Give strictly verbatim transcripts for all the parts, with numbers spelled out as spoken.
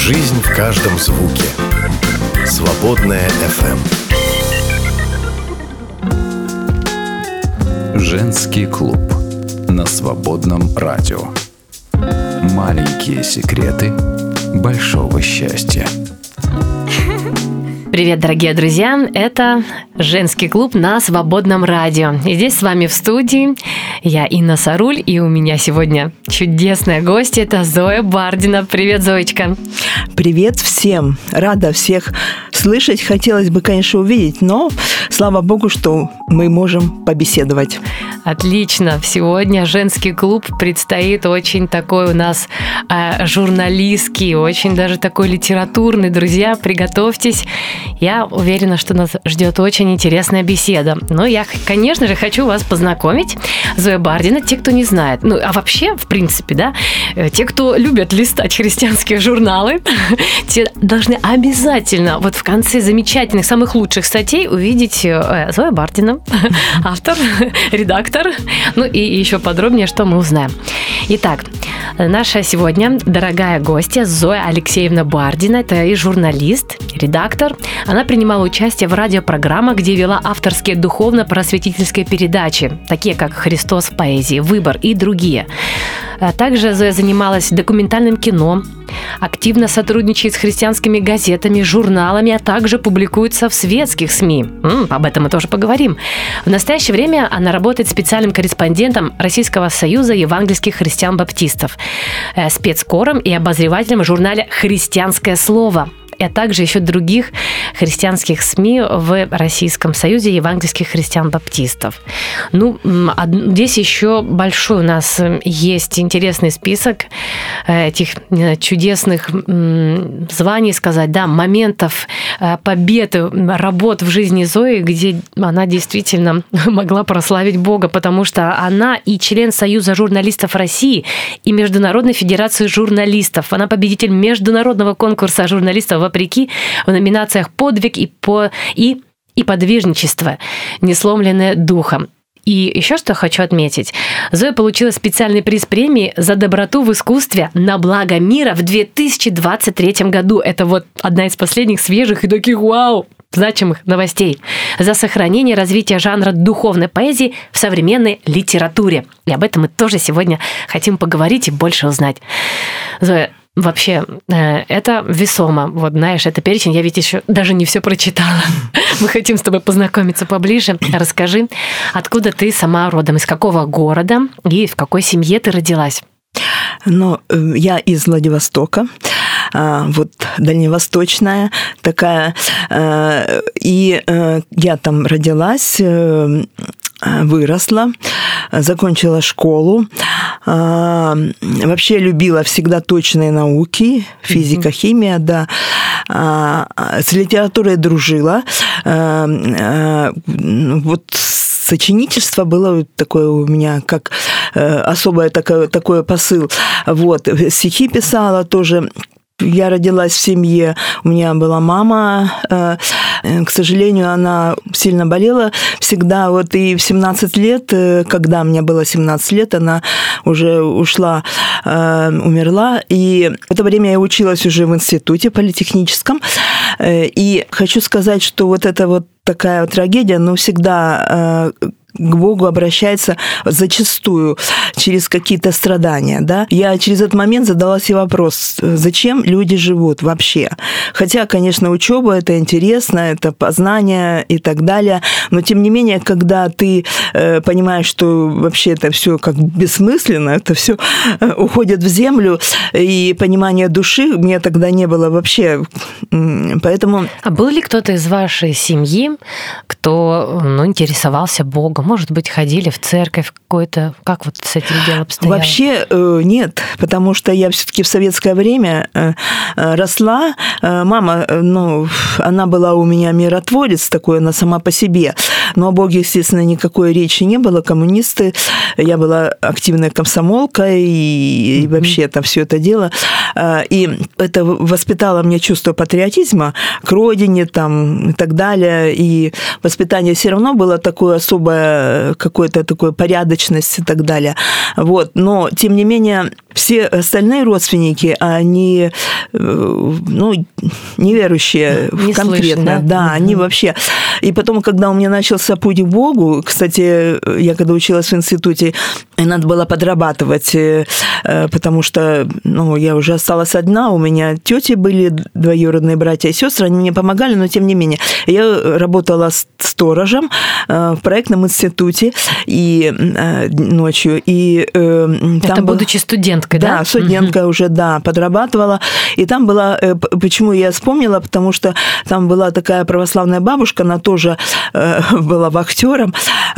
Жизнь в каждом звуке. Свободная эф эм. Женский клуб на Свободном радио. Маленькие секреты большого счастья. Привет, дорогие друзья! Это «Женский клуб» на Свободном радио. И здесь с вами в студии я, Инна Саруль, и у меня сегодня чудесная гостья, это Зоя Бардина. Привет, Зоечка! Привет всем! Рада всех слышать. Хотелось бы, конечно, увидеть, но слава богу, что мы можем побеседовать. Отлично! Сегодня «Женский клуб» предстоит очень такой у нас э, журналистский, очень даже такой литературный. Друзья, приготовьтесь. Я уверена, что нас ждет очень интересная беседа. Но я, конечно же, хочу вас познакомить. Зоя Бардина, те, кто не знает. Ну, а вообще, в принципе, да, те, кто любят листать христианские журналы, те должны обязательно вот в конце замечательных, самых лучших статей увидеть э, Зоя Бардина, автор, редактор. Ну и еще подробнее, что мы узнаем. Итак, наша сегодня дорогая гостья Зоя Алексеевна Бардина. Это и журналист, редактор. Она принимала участие в радиопрограммах, где вела авторские духовно-просветительские передачи, такие как «Христос в поэзии», «Выбор» и другие. Также Зоя занималась документальным кино, активно сотрудничает с христианскими газетами, журналами, а также публикуется в светских СМИ. М-м, об этом мы тоже поговорим. В настоящее время она работает специальным корреспондентом Российского союза евангельских христиан-баптистов, спецкором и обозревателем в журнале «Христианское слово», а также еще других христианских СМИ в Российском союзе евангельских христиан-баптистов. Ну, здесь еще большой у нас есть интересный список этих чудесных званий, сказать, да, моментов победы, работ в жизни Зои, где она действительно могла прославить Бога, потому что она и член Союза журналистов России, и Международной федерации журналистов. Она победитель международного конкурса журналистов вопреки в номинациях «Подвиг» и, по... и... и «Подвижничество», «Не сломленное духом». И еще что хочу отметить. Зоя получила специальный приз премии за доброту в искусстве на благо мира в две тысячи двадцать третьем году. Это вот одна из последних свежих и таких вау! Значимых новостей за сохранение и развитие жанра духовной поэзии в современной литературе. И об этом мы тоже сегодня хотим поговорить и больше узнать. Зоя, вообще, это весомо. Вот, знаешь, это перечень, я ведь еще даже не все прочитала. Мы хотим с тобой познакомиться поближе. Расскажи, откуда ты сама родом, из какого города и в какой семье ты родилась? Ну, я из Владивостока. Вот дальневосточная такая, и я там родилась, выросла, закончила школу, вообще любила всегда точные науки, физика, химия, да, с литературой дружила, вот сочинительство было такое у меня, как особое такое, такое посыл, вот, стихи писала тоже. Я родилась в семье, у меня была мама, к сожалению, она сильно болела всегда, вот и в семнадцать лет, когда мне было семнадцать лет, она уже ушла, умерла, и в это время я училась уже в институте политехническом, и хочу сказать, что вот эта вот такая трагедия, ну, всегда к Богу обращается зачастую через какие-то страдания, да. Я через этот момент задала себе вопрос, зачем люди живут вообще? Хотя, конечно, учеба это интересно, это познание и так далее, но тем не менее, когда ты э, понимаешь, что вообще это все как бессмысленно, это все уходит в землю, и понимание души мне тогда не было вообще, поэтому... А был ли кто-то из вашей семьи, кто, ну, интересовался Богом? Может быть, ходили в церковь какой-то? Как вот с этим делом обстояло? Вообще нет, потому что я все-таки в советское время росла. Мама, ну, она была у меня миротворец такой, она сама по себе. Но о Боге, естественно, никакой речи не было. Коммунисты, я была активная комсомолка, и, и вообще там все это дело. И это воспитало мне чувство патриотизма к родине там, и так далее. И воспитание все равно было такое особое какой-то, какой-то такой порядочности и так далее. Вот. Но, тем не менее, все остальные родственники, они, ну, неверующие не конкретно. слышно, да, да угу. Они вообще... И потом, когда у меня начался путь к Богу, кстати, я когда училась в институте, надо было подрабатывать, потому что, ну, я уже осталась одна, у меня тети были, двоюродные братья и сестры, они мне помогали, но тем не менее. Я работала сторожем в проектном институте и ночью. И, Это там будучи был... студенткой, да? Да, студенткой угу. уже, да, подрабатывала. И там была... Почему я вспомнила? Потому что там была такая православная бабушка, она тоже была вахтером,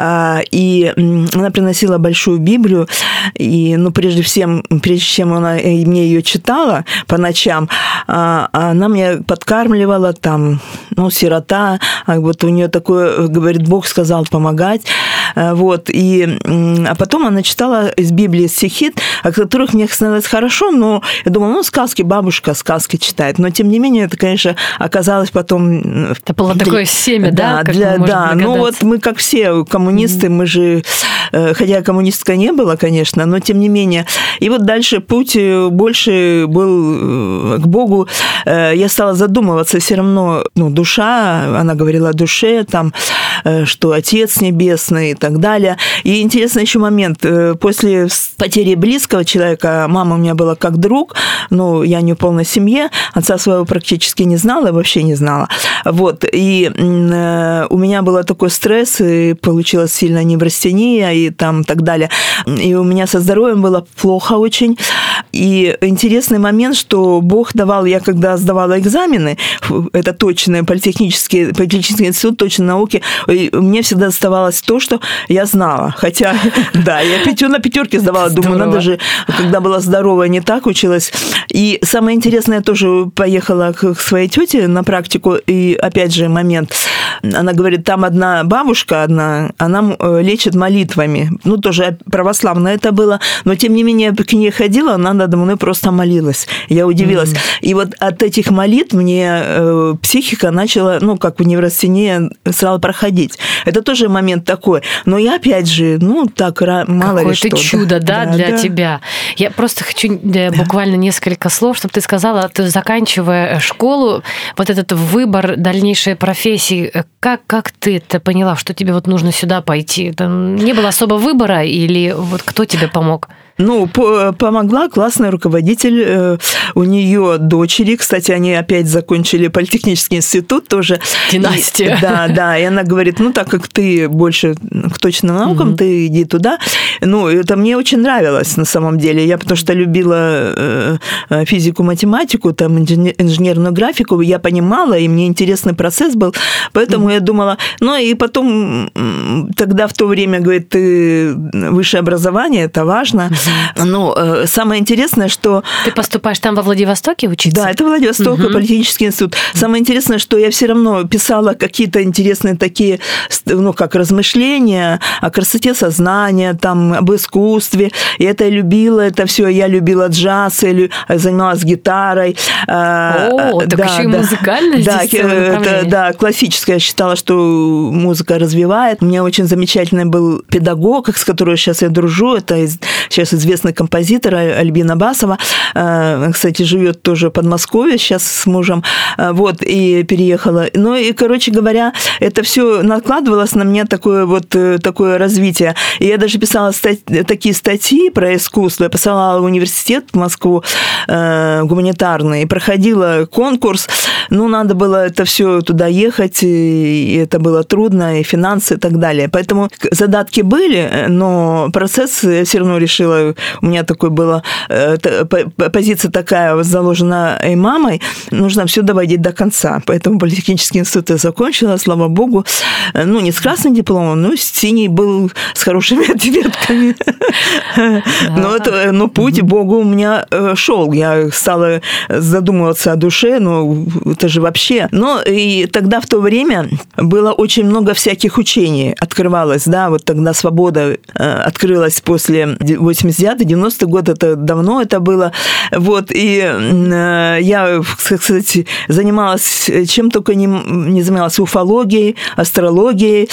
и она приносила большую Библию, и, ну, прежде всем, прежде чем она мне ее читала по ночам, она меня подкармливала, там, ну, сирота, вот у нее такое, говорит, Бог сказал помогать, вот, и, а потом она читала из Библии стихи, о которых мне становилось хорошо, но я думала, ну, сказки, бабушка сказки читает, но, тем не менее, это, конечно, оказалось потом... Это было для... такое семя, да? Да, для, да. Ну, вот мы, как все коммунисты, mm-hmm. мы же, хотя коммунисткой не было, конечно, но, тем не менее, и вот дальше путь больше был к Богу. Я стала задумываться, все равно, ну, душа, она говорила о душе, там, что Отец Небесный и так далее. И интересный еще момент. После потери близкого человека, мама у меня была как друг, ну, я не в полной семье, отца своего практически не знала, вообще не знала. Вот. И у меня был такой стресс, и получилась сильная неврастения и там так далее. И у меня со здоровьем было плохо очень. И интересный момент, что Бог давал, я когда сдавала экзамены, это точные политехнический, политехнический институт точной науки, мне всегда оставалось то, что я знала. Хотя, да, я пятю на пятерке сдавала, думаю, надо же, когда была здоровая, не так училась. И самое интересное, я тоже поехала к своей тете на практику, и опять же момент, она говорит, там одна бабушка, одна, она лечит молитвами, ну, тоже православная это было, но, тем не менее, я к ней ходила, она надо мной просто молилась. Я удивилась. Mm-hmm. И вот от этих молитв мне э, психика начала, ну, как в неврастении, стала проходить. Это тоже момент такой. Но я, опять же, ну, так, мало ли что. Какое-то чудо, да, да для да. тебя. Я просто хочу да, буквально несколько слов, чтобы ты сказала, ты, заканчивая школу, вот этот выбор дальнейшей профессии, как, как ты это поняла, что тебе вот нужно сюда пойти? Там не было особо выбора или вот кто тебе помог? Ну, помогла классный руководитель. У нее дочери, кстати, они опять закончили политехнический институт тоже. Династия. И, да, да. И она говорит, ну, так как ты больше к точным наукам, угу. ты иди туда. Ну, это мне очень нравилось на самом деле. Я потому что любила физику, математику, там, инженерную графику. Я понимала, и мне интересный процесс был. Поэтому угу. я думала... Ну, и потом тогда в то время, говорит, ты высшее образование, это важно. Ну, самое интересное, что... Ты поступаешь там во Владивостоке учиться? Да, это Владивосток, угу. политехнический институт. Самое интересное, что я все равно писала какие-то интересные такие, ну, как размышления о красоте сознания, там, об искусстве. И это я любила, это все. Я любила джаз, я занималась гитарой. О, так да, еще и да. музыкальное да, здесь это, да, классическая. Я считала, что музыка развивает. У меня очень замечательный был педагог, с которым сейчас я дружу. Это сейчас известный композитор Альбина Басова. Кстати, живет тоже в Подмосковье сейчас с мужем. Вот, и переехала. Ну, и, короче говоря, это все накладывалось на меня такое вот такое развитие. И я даже писала стать, такие статьи про искусство. Я посылала в университет в Москву гуманитарный. И проходила конкурс. Ну, надо было это все туда ехать, и это было трудно, и финансы, и так далее. Поэтому задатки были, но процесс я все равно решила, у меня такой была позиция такая заложена и мамой, нужно все доводить до конца. Поэтому политехнический институт я закончила, слава богу. Ну, не с красным дипломом, но синий был с хорошими ответками. Но, это, но путь к Богу у меня шел. Я стала задумываться о душе, но это же вообще. Но и тогда в то время было очень много всяких учений, открывалось, да, вот тогда свобода открылась после восемьдесят девятого, девяностого года, это давно это было, вот, и я, кстати, занималась, чем только не, не занималась, уфологией, астрологией,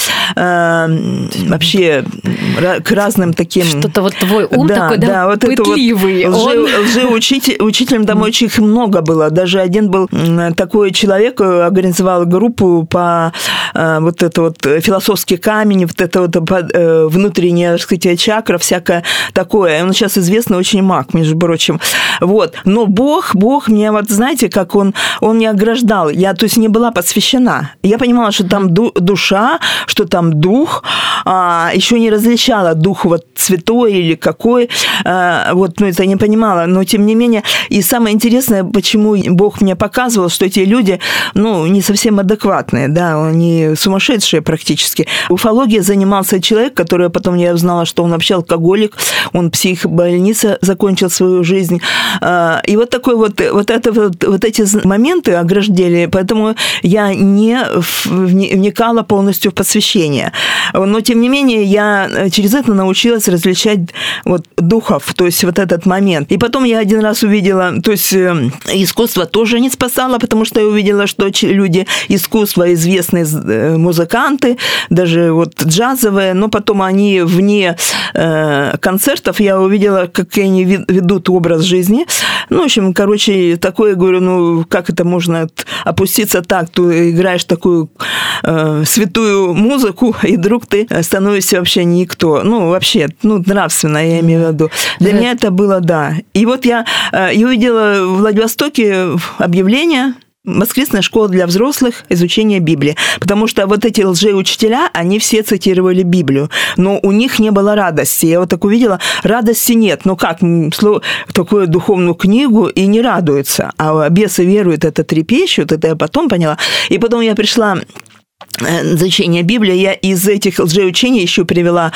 вообще к разным таким... Что-то вот твой ум да, такой, да, да вот пытливый. Это вот лжи, лжеучитель, учителем там очень их много было. Даже один был такой человек, организовал группу по вот это вот философский камень, вот это вот внутреннее раскрытие чакра, всякое такое. Он сейчас известный очень маг, между прочим. Вот. Но Бог, Бог меня вот, знаете, как он, он меня ограждал. Я, то есть, не была посвящена. Я понимала, что там душа, что там дух, а, еще не различала дух вот святой или какой, а, вот, ну, это не понимала, но тем не менее, и самое интересное, почему Бог мне показывал, что эти люди, ну, не совсем адекватные, да, они сумасшедшие практически. Уфологией занимался человек, который потом я узнала, что он вообще алкоголик, он псих, больница, закончил свою жизнь, а, и вот такой вот, вот, это, вот, вот эти моменты ограждали, поэтому я не вникала полностью в посвящение. Но, тем не менее, я через это научилась различать вот духов, то есть вот этот момент. И потом я один раз увидела, то есть искусство тоже не спасало, потому что я увидела, что люди искусства, известные музыканты, даже вот джазовые, но потом они вне концертов, я увидела, как они ведут образ жизни. Ну, в общем, короче, такое, говорю, ну, как это можно опуститься так, ты играешь такую э, святую музыку, и вдруг ты становишься вообще никто. Ну, вообще, ну, нравственно, я имею в виду. Для меня это было, да. И вот я, я увидела в Владивостоке объявление «Воскресная школа для взрослых. Изучение Библии». Потому что вот эти лжеучителя, они все цитировали Библию. Но у них не было радости. Я вот так увидела, радости нет. Ну как, такую духовную книгу и не радуются. А бесы веруют, это трепещут. Это я потом поняла. И потом я пришла... изучение Библии, я из этих лжеучений еще привела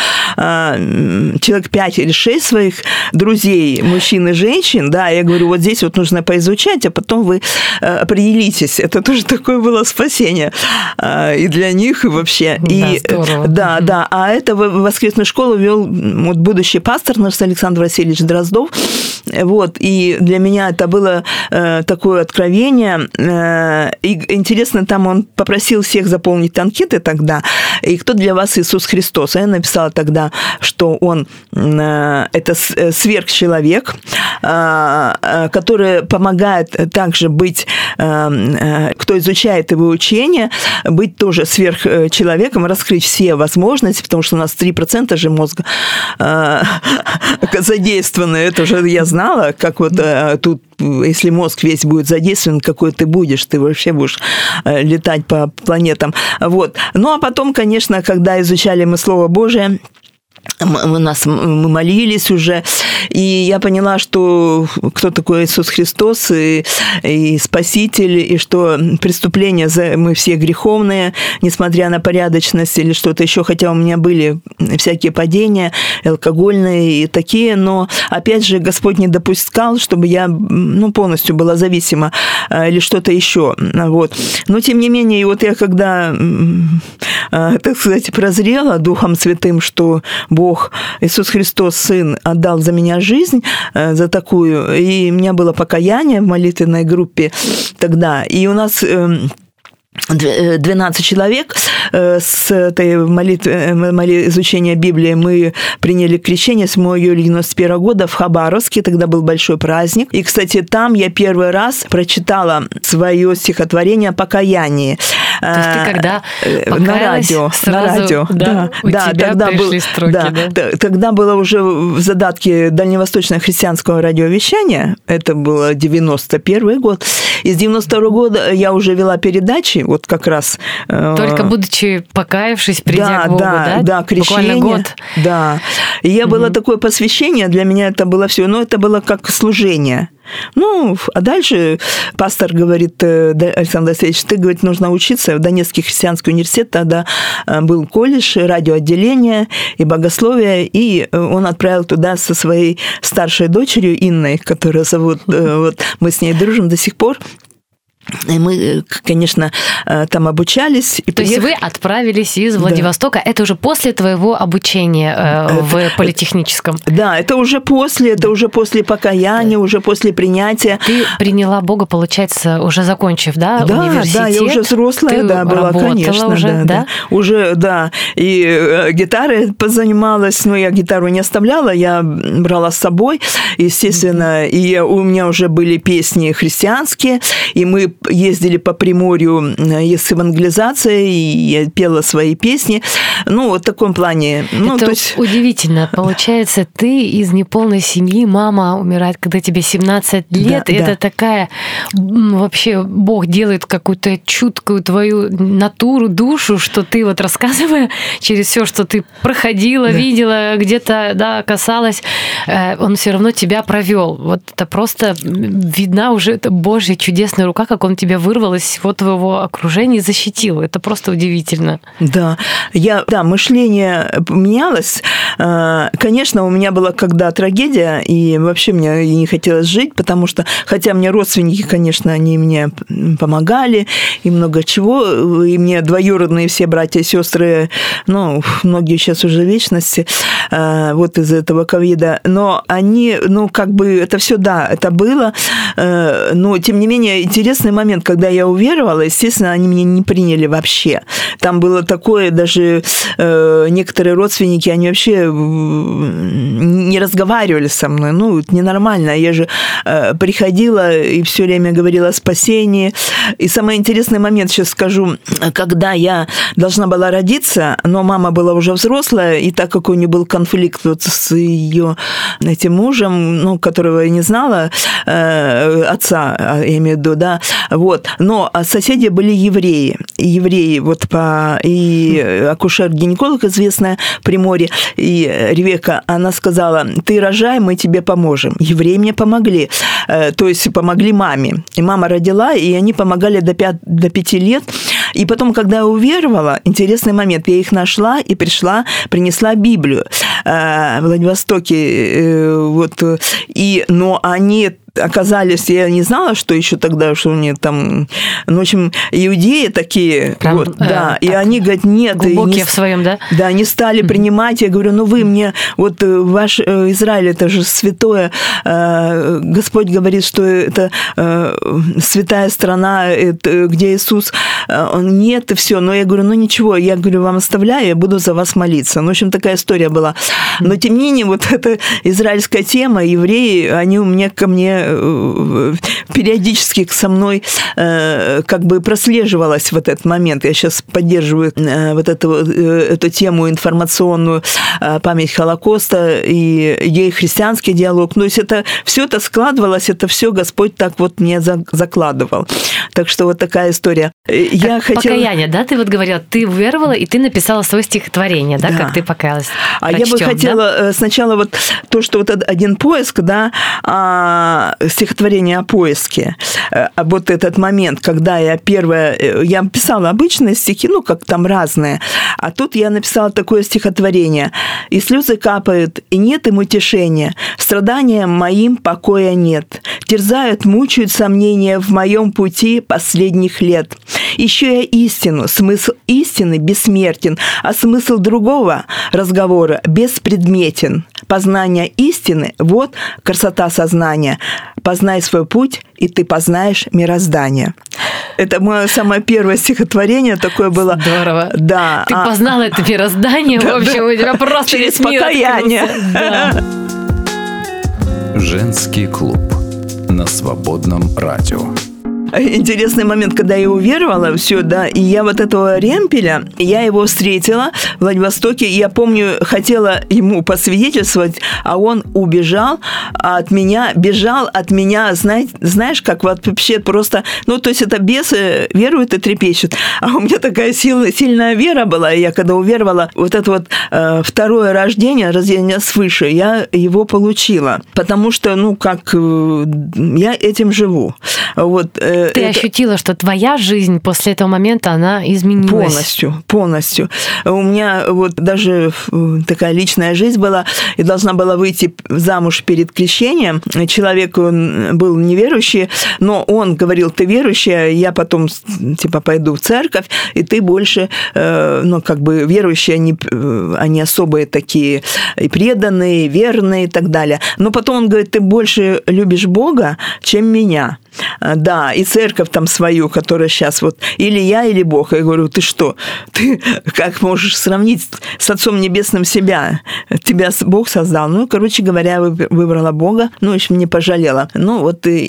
э, человек пять или шесть своих друзей, мужчин и женщин, да, я говорю, вот здесь вот нужно поизучать, а потом вы э, определитесь. Это тоже такое было спасение э, и для них, и вообще. Да, и, здорово. Да, да, а это в воскресную школу вел вот будущий пастор наш Александр Васильевич Дроздов, вот, и для меня это было э, такое откровение, э, и интересно, там он попросил всех заполнить анкеты тогда, и кто для вас Иисус Христос? А я написала тогда, что он э, это сверхчеловек, э, который помогает также быть, э, кто изучает его учение, быть тоже сверхчеловеком, раскрыть все возможности, потому что у нас три процента же мозга э, задействованы, это уже я знала, как вот э, тут, если мозг весь будет задействован, какой ты будешь, ты вообще будешь э, летать по планетам. Вот. Ну, а потом, конечно, когда изучали мы Слово Божие, мы, нас, мы молились уже, и я поняла, что кто такой Иисус Христос, и, и Спаситель, и что преступления, мы все греховные, несмотря на порядочность или что-то еще, хотя у меня были всякие падения, алкогольные и такие, но, опять же, Господь не допускал, чтобы я ну, полностью была зависима или что-то еще. Вот. Но, тем не менее, и вот я когда, так сказать, прозрела Духом Святым, что Бог, Иисус Христос, Сын, отдал за меня жизнь, за такую, и у меня было покаяние в молитвенной группе тогда, и у нас двенадцать человек с этой молитвы, изучения Библии мы приняли крещение с июля девяносто первого года в Хабаровске, тогда был большой праздник. И, кстати, там я первый раз прочитала свое стихотворение о покаянии. То есть ты когда на радио, сразу, на радио, да, да, у да, тебя тогда пришли был, строки, да, да? Тогда было уже в задатке дальневосточного христианского радиовещания, это был девяносто первый год. Из девяносто второго года я уже вела передачи, вот как раз. Только будучи покаявшись, придя да, к Богу, да? Да, да, крещение. Буквально год. Да. И я mm-hmm. было такое посвящение, для меня это было все, но это было как служение. Ну, а дальше пастор говорит, Александр Васильевич, ты, говорит, нужно учиться. В Донецкий христианский университет тогда был колледж, радиоотделение и богословие, и он отправил туда со своей старшей дочерью Инной, которую зовут, вот, мы с ней дружим до сих пор. И мы, конечно, там обучались. И То есть вы отправились из Владивостока. Да. Это уже после твоего обучения э, в политехническом? Да, это уже после, это уже после покаяния, уже после принятия. Ты приняла Бога, получается, уже закончив, да, да, университет? Да, я уже взрослая, Ты да, была, конечно. уже, да, да? да? Уже, да. И э, гитарой позанималась, но я гитару не оставляла, я брала с собой, естественно, mm-hmm. и у меня уже были песни христианские, и мы ездили по Приморью с евангелизацией, и я пела свои песни. Ну, вот в таком плане. Ну, это то есть... удивительно. Получается, ты из неполной семьи, мама умирает, когда тебе семнадцать лет, да, и да. это такая... Вообще, Бог делает какую-то чуткую твою натуру, душу, что ты вот рассказывая через все, что ты проходила, да. видела, где-то, да, касалась, он все равно тебя провел. Вот это просто видна уже эта Божья чудесная рука, как он тебя вырвал из всего твоего окружения и защитил. Это просто удивительно. Да, я, да, мышление менялось. Конечно, у меня была когда трагедия, и вообще мне не хотелось жить, потому что, хотя мне родственники, конечно, они мне помогали, и много чего, и мне двоюродные все братья и сестры, ну, многие сейчас уже в вечности, вот из-за этого ковида, но они, ну, как бы, это все, да, это было, но, тем не менее, интересный момент, когда я уверовала, естественно, они меня не приняли вообще. Там было такое, даже э, некоторые родственники, они вообще не разговаривали со мной. Ну, это ненормально. Я же э, приходила и все время говорила о спасении. И самый интересный момент сейчас скажу, когда я должна была родиться, но мама была уже взрослая, и так как у нее был конфликт вот с ее этим мужем, ну, которого я не знала, э, отца, я имею в виду, да, вот. Но соседи были евреи. Евреи, вот по... И акушер-гинеколог, известная в Приморье, и Ревека, она сказала, ты рожай, мы тебе поможем. Евреи мне помогли. То есть помогли маме. И мама родила, и они помогали до, пят... до пяти лет. И потом, когда я уверовала, интересный момент, я их нашла и пришла, принесла Библию в Владивостоке. Вот, и, но они... оказались, я не знала, что еще тогда, что у меня там, ну, в общем, иудеи такие, прям, вот, э, да, и они говорят, нет. Глубокие не, в своем, да? Да, не стали mm-hmm. принимать, я говорю, ну, вы мне, вот ваш Израиль, это же святое, Господь говорит, что это святая страна, где Иисус, он нет, и все, но я говорю, ну, ничего, я говорю, вам оставляю, я буду за вас молиться. Ну, в общем, такая история была. Но, тем не менее, вот эта израильская тема, евреи, они у меня ко мне периодически со мной как бы прослеживалась в этот момент. Я сейчас поддерживаю вот эту, эту тему информационную, память Холокоста и ей христианский диалог. То есть это все это складывалось, это все Господь так вот мне закладывал. Так что вот такая история. Я как хотела... Покаяние, да? Ты вот говорила, ты уверовала, и ты написала свое стихотворение, да, да. как ты покаялась. А Прочтём, я бы хотела да? сначала вот то, что вот один поиск, да, стихотворение о поиске. А вот этот момент, когда я первое... Я писала обычные стихи, ну, как там разные. А тут я написала такое стихотворение. «И слезы капают, и нет им утешения. Страданиям моим покоя нет. Терзают, мучают сомнения в моем пути последних лет. Ищу я истину, смысл истины бессмертен, а смысл другого разговора беспредметен. Познание истины – вот красота сознания. Познай свой путь, и ты познаешь мироздание». Это мое самое первое стихотворение такое было. Здорово. Да. Ты а... познала это мироздание, в общем, у тебя просто через покаяние. Женский клуб на Свободном радио. Интересный момент, когда я уверовала, все, да, и я вот этого Ремпеля, я его встретила в Владивостоке, и я помню, хотела ему посвидетельствовать, а он убежал от меня, бежал от меня, знаешь, знаешь, как вот вообще просто, ну, то есть это бесы веруют и трепещут, а у меня такая сильная, сильная вера была, и я когда уверовала, вот это вот э, второе рождение, рождение свыше, я его получила, потому что, ну, как, э, я этим живу, вот, э, Ты это... ощутила, что твоя жизнь после этого момента, она изменилась? Полностью, полностью. У меня вот даже такая личная жизнь была, и должна была выйти замуж перед крещением. Человек, он был неверующий, но он говорил: ты верующая, я потом типа пойду в церковь, и ты больше, ну, как бы верующие, они, они особые такие, и преданные, и верные, и так далее. Но потом он говорит: ты больше любишь Бога, чем меня. Да, и церковь там свою, которая сейчас вот или я, или Бог. Я говорю: ты что? Ты как можешь сравнить с Отцом Небесным себя? Тебя Бог создал. Ну, короче говоря, выбрала Бога. Ну, в общем, не пожалела. Ну, вот и,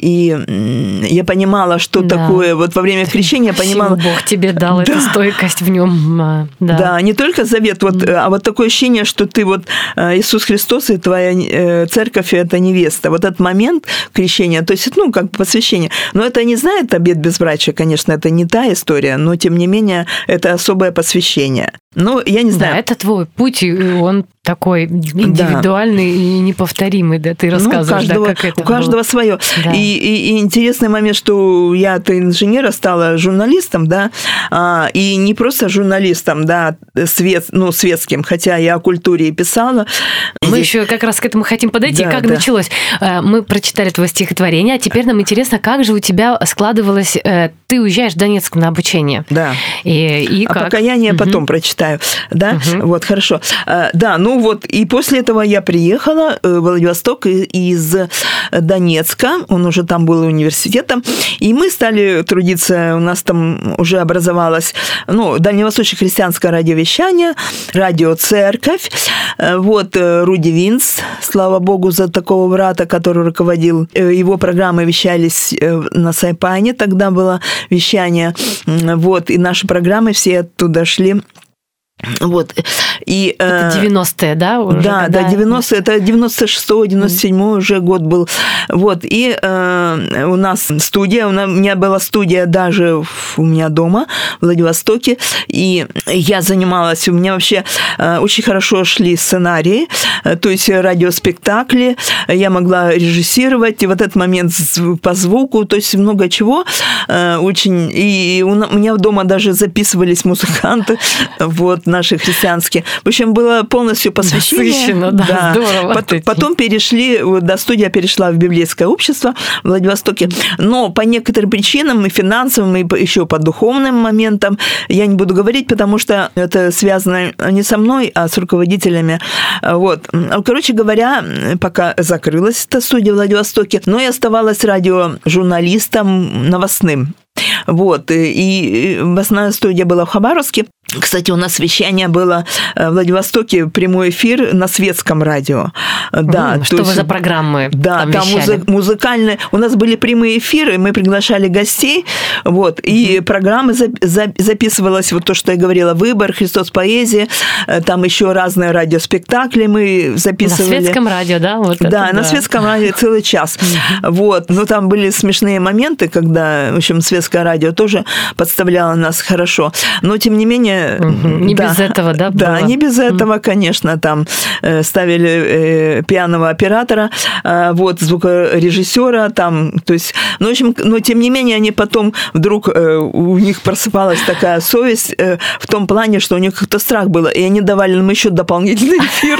и я понимала, что да. такое. Вот во время крещения я понимала... Бог тебе дал да. эту стойкость в нем. Да. да, не только завет, вот, а вот такое ощущение, что ты вот Иисус Христос и твоя церковь – это невеста. Вот этот момент крещения, то есть, ну, как посвящение. Но это не знает обет безбрачия, конечно, это не та история, но, тем не менее, это особое посвящение. Ну, я не знаю. Да, это твой путь, и он такой индивидуальный да. и неповторимый, да, ты рассказываешь, ну, каждого, да, как это у каждого было. свое. Да. И, и, и интересный момент, что я-то инженера стала журналистом, да, а, и не просто журналистом, да, свет, ну, светским, хотя я о культуре и писала. Мы Здесь... еще как раз к этому хотим подойти, да, как да. началось. Мы прочитали твое стихотворение, а теперь нам интересно, как же у тебя складывалось, ты уезжаешь в Донецк на обучение. Да. И, и а как? покаяние угу. потом прочитаю, да, угу. вот, хорошо. Да, ну вот, и после этого я приехала в Владивосток из Донецка, он уже там был университетом, и мы стали трудиться, у нас там уже образовалось, ну, Дальневосточное христианское радиовещание, радиоцерковь, вот, Руди Винс, слава богу за такого брата, который руководил, его программы вещались на Сайпане, тогда было вещание, вот, и наши программы все оттуда шли. Вот. И, это девяностые, да? Уже да, когда... да, девяностые, это девяносто шестой, девяносто седьмой уже год был. Вот, и э, у нас студия, у, нас, у меня была студия даже у меня дома, в Владивостоке, и я занималась, у меня вообще э, очень хорошо шли сценарии, э, то есть радиоспектакли, я могла режиссировать, и вот этот момент по звуку, то есть много чего, э, очень, и у меня дома даже записывались музыканты, вот, наши христианские. В общем, было полностью посвящение. Насыщенно, да, да. Здорово. Потом, потом перешли, да, студия перешла в библейское общество в Владивостоке, но по некоторым причинам, и финансовым, и еще по духовным моментам, я не буду говорить, потому что это связано не со мной, а с руководителями. Вот. Короче говоря, пока закрылась эта студия в Владивостоке, но я оставалась радиожурналистом новостным. Вот, и новостная студия была в Хабаровске. Кстати, у нас вещание было в Владивостоке, прямой эфир на светском радио. Да, mm, что есть, вы за программы да, там, там музы- музыкальные. У нас были прямые эфиры, мы приглашали гостей, вот, и mm-hmm. программы за- за- записывалась, вот то, что я говорила, «Выбор», «Христос, поэзия», там еще разные радиоспектакли мы записывали. На светском радио, да? Вот да, это, на да. светском радио целый час. Mm-hmm. Вот, но там были смешные моменты, когда, в общем, светское радио тоже подставляло нас хорошо, но, тем не менее, Угу. Не да, без этого, да? Да, было? Не без этого, конечно. Там э, ставили э, пианого оператора, э, вот, звукорежиссера, там, то есть, ну, в общем, но тем не менее, они потом вдруг, э, у них просыпалась такая совесть э, в том плане, что у них как-то страх было, и они давали нам еще дополнительный эфир.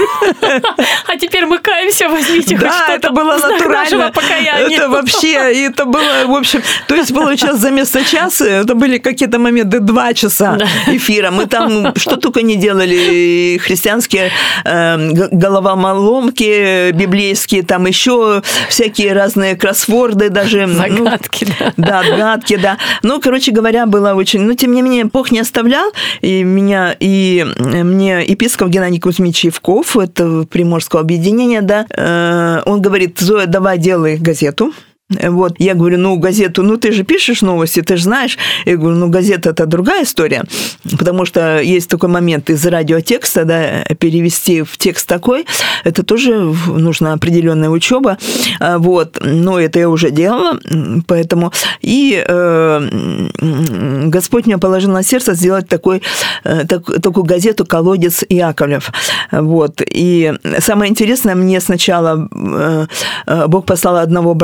А теперь мы каемся, возьмите хоть что-то. Да, это было натурально. Это вообще, это было, в общем, то есть, получалось, за место часа, это были какие-то моменты два часа эфира. Мы там что только не делали, христианские э, головоломки библейские, там еще всякие разные кроссворды даже. Загадки, ну, да. Да, загадки, да. Ну, короче говоря, было очень... Но, тем не менее, Бог не оставлял, и меня, и мне епископ Геннадий Кузьмич Евков, это Приморского объединения, да, э, он говорит: Зоя, давай делай газету. Вот, я говорю, ну, газету, ну, ты же пишешь новости, ты же знаешь. Я говорю, ну, газета – это другая история, потому что есть такой момент из радиотекста, да, перевести в текст такой, это тоже нужна определенная учеба, вот, но это я уже делала, поэтому, и э, Господь мне положил на сердце сделать такой, так, такую газету «Колодец Яковлев», вот, и самое интересное, мне сначала Бог послал одного брата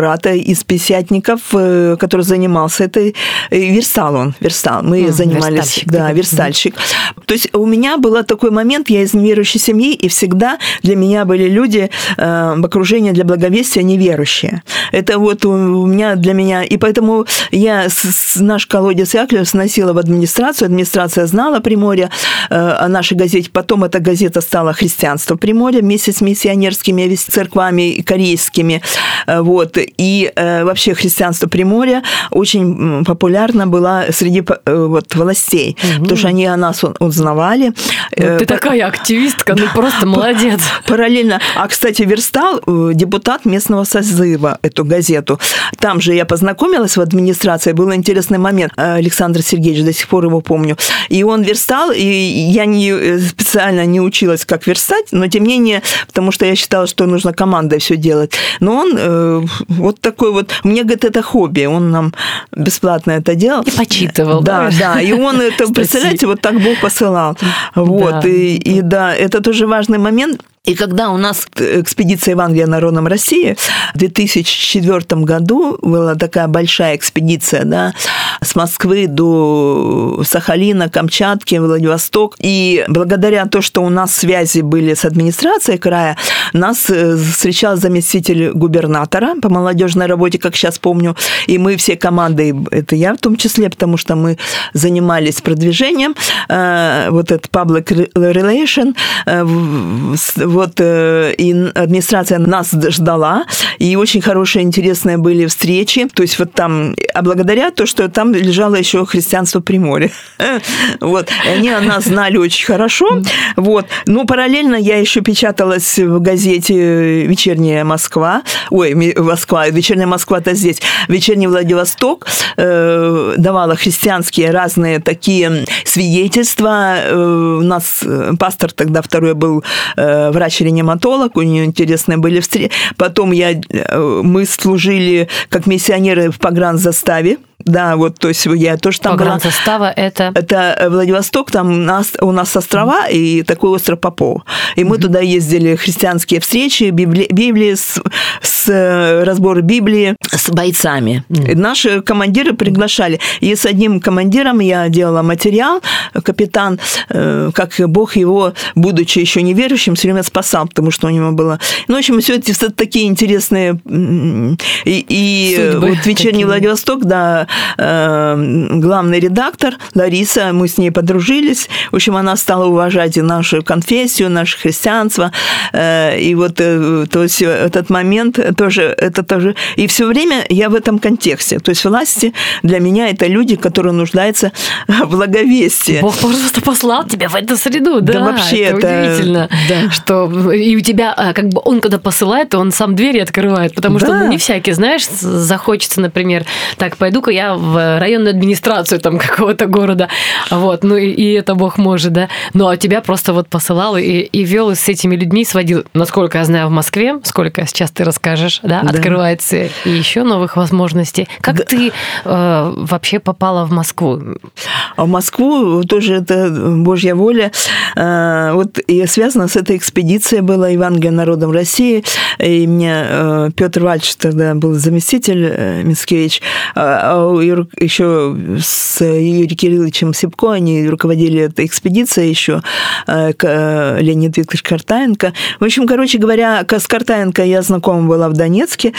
из пятидесятников, который занимался этой, верстал он, верстал. Мы mm, занимались, верстальщик, да, верстальщик. Mm. То есть у меня был такой момент, я из неверующей семьи, и всегда для меня были люди э, в окружении для благовестия неверующие. Это вот у меня, для меня, и поэтому я с, с, наш колодец Яковлев сносила в администрацию, администрация знала Приморье, э, о нашей газете, потом эта газета стала «Христианство Приморья» вместе с миссионерскими церквами корейскими, э, вот, и э, вообще «Христианство Приморья» очень популярна была среди э, вот, властей, угу. потому что они о нас узнавали. Ну, ты По... такая активистка, ну просто молодец. Параллельно, а, кстати, верстал депутат местного созыва эту газету. Там же я познакомилась в администрации, был интересный момент. Александр Сергеевич, до сих пор его помню. И он верстал, и я не, специально не училась, как верстать, но тем не менее, потому что я считала, что нужно командой все делать. Но он э, вот такой вот, мне, говорит, это хобби, он нам бесплатно это делал. И почитывал. Да, да, да. И он это, представляете, вот так Бог посылал. Вот, да. И, и да, это тоже важный момент. И когда у нас экспедиция Евангелия народам России в две тысячи четвёртом году была такая большая экспедиция, да, с Москвы до Сахалина, Камчатки, Владивосток. И благодаря тому, что у нас связи были с администрацией края, нас встречал заместитель губернатора по молодежной работе, как сейчас помню, и мы все командой, это я в том числе, потому что мы занимались продвижением, вот этот public relation, вот, и администрация нас ждала, и очень хорошие, интересные были встречи. То есть вот там, а благодаря тому, что там лежало еще «Христианство Приморья». Вот. И они о нас знали очень хорошо. Вот. Но параллельно я еще печаталась в газете «Вечерняя Москва». Ой, Москва, «Вечерняя Москва»-то здесь. «Вечерний Владивосток» э, давала христианские разные такие свидетельства. Э, у нас пастор тогда второй был э, врач-реаниматолог, у нее интересные были встречи. Потом я, мы служили как миссионеры в погранзаставе. Да, вот, то есть я тоже там была. Погранзастава это? Это Владивосток, там у нас, у нас острова и такой остров Попов. И мы mm-hmm. туда ездили, христианские встречи, Библии, Библии с, с разбор Библии с бойцами. Mm-hmm. И наши командиры приглашали. И с одним командиром я делала материал, капитан, как Бог его, будучи еще неверующим, все время спасал, потому что у него было... Ну, в общем, все эти все такие интересные... И, и вот «Вечерний такие. Владивосток», да, главный редактор Лариса, мы с ней подружились. В общем, она стала уважать и нашу конфессию, наше христианство. И вот то есть, этот момент тоже, это тоже... И все время я в этом контексте. То есть власти для меня это люди, которые нуждаются в благовестии. Бог просто послал тебя в эту среду. Да, да вообще это, это удивительно. Да. Что и у тебя, как бы он когда посылает, он сам двери открывает. Потому да. что ну, не всякий, знаешь, захочется, например, так, пойду-ка я в районную администрацию там какого-то города, вот, ну и, и это Бог может, да, ну а тебя просто вот посылал и, и вел с этими людьми, сводил, насколько я знаю, в Москве, сколько сейчас ты расскажешь, да, да. открывается и еще новых возможностей. Как да. ты э, вообще попала в Москву? А в Москву тоже это Божья воля, э, вот и связано с этой экспедицией была Евангелие народам России, и мне э, Петр Вальч тогда был заместитель э, Мицкевич, э, еще с Юрием Кирилловичем Сипко, они руководили этой экспедицией еще, Леонид Викторович Картаенко. В общем, короче говоря, с Картаенко я знакома была в Донецке.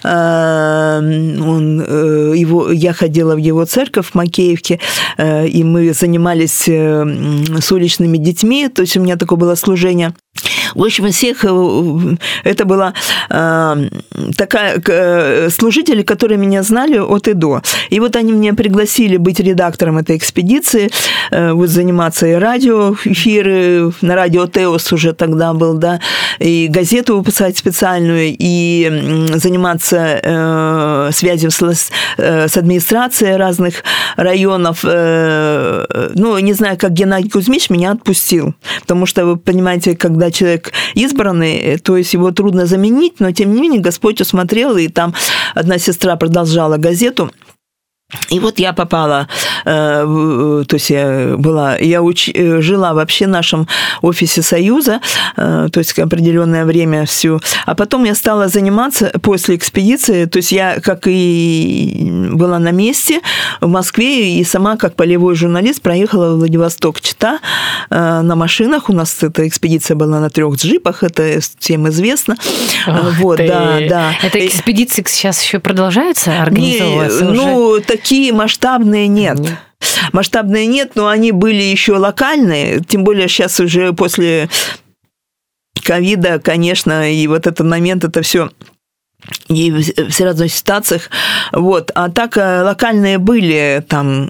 Он, его, я ходила в его церковь в Макеевке, и мы занимались с уличными детьми, то есть у меня такое было служение. В общем, всех это была э, такая э, служители, которые меня знали от и до. И вот они меня пригласили быть редактором этой экспедиции, э, вот заниматься и радиоэфиры, на радио Теос уже тогда был, да, и газету выпускать специальную, и заниматься э, связью с, э, с администрацией разных районов. Э, ну, не знаю, как Геннадий Кузьмич меня отпустил, потому что, вы понимаете, когда человек избранный, то есть его трудно заменить, но тем не менее Господь усмотрел, и там одна сестра продолжала газету. И вот я попала, то есть я была, я уч, жила вообще в нашем офисе Союза, то есть определенное время всю, а потом я стала заниматься после экспедиции, то есть я как и была на месте в Москве, и сама как полевой журналист проехала в Владивосток-Чита на машинах, у нас эта экспедиция была на трех джипах, это всем известно. Ох вот, ты. да, да. Это экспедиции сейчас еще продолжаются организовываться? Не, ну, такие масштабные нет. Нет. Масштабные нет, но они были еще локальные, тем более сейчас уже после ковида, конечно, и вот этот момент, это все и в разных ситуациях, вот, а так локальные были там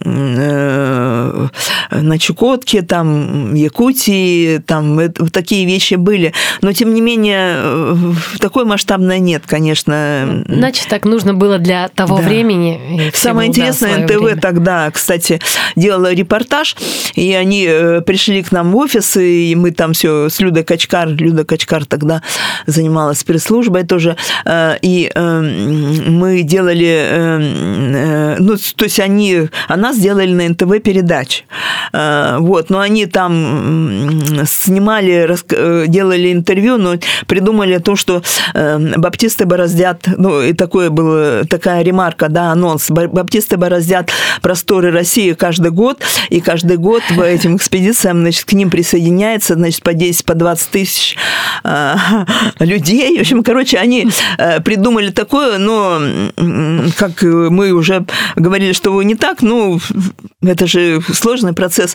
э, на Чукотке, там в Якутии, там вот такие вещи были, но тем не менее такой масштабной нет, конечно. Значит, так нужно было для того да. времени. Самое интересное, эн тэ вэ время. Тогда, кстати, делала репортаж, и они пришли к нам в офис, и мы там все с Людой Качкар, Люда Качкар тогда занималась пресс-службой тоже, и э, мы делали, э, ну, то есть они, о нас делали на эн тэ вэ передач, э, вот, но они там снимали, делали интервью, но придумали то, что э, баптисты бороздят, ну, и такое было, такая ремарка, да, анонс, баптисты бороздят просторы России каждый год, и каждый год по этим экспедициям, значит, к ним присоединяется, значит, по десять, по двадцать тысяч э, людей, в общем, короче, они э, придумали такое, но как мы уже говорили, что не так, ну, это же сложный процесс.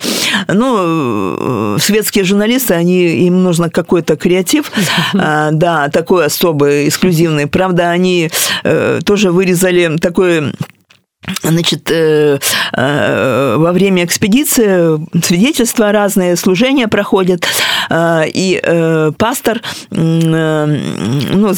Но светские журналисты, они, им нужно какой-то креатив, да, такой особый, эксклюзивный. Правда, они тоже вырезали такой... Значит, во время экспедиции свидетельства разные, служения проходят, и пастор ну,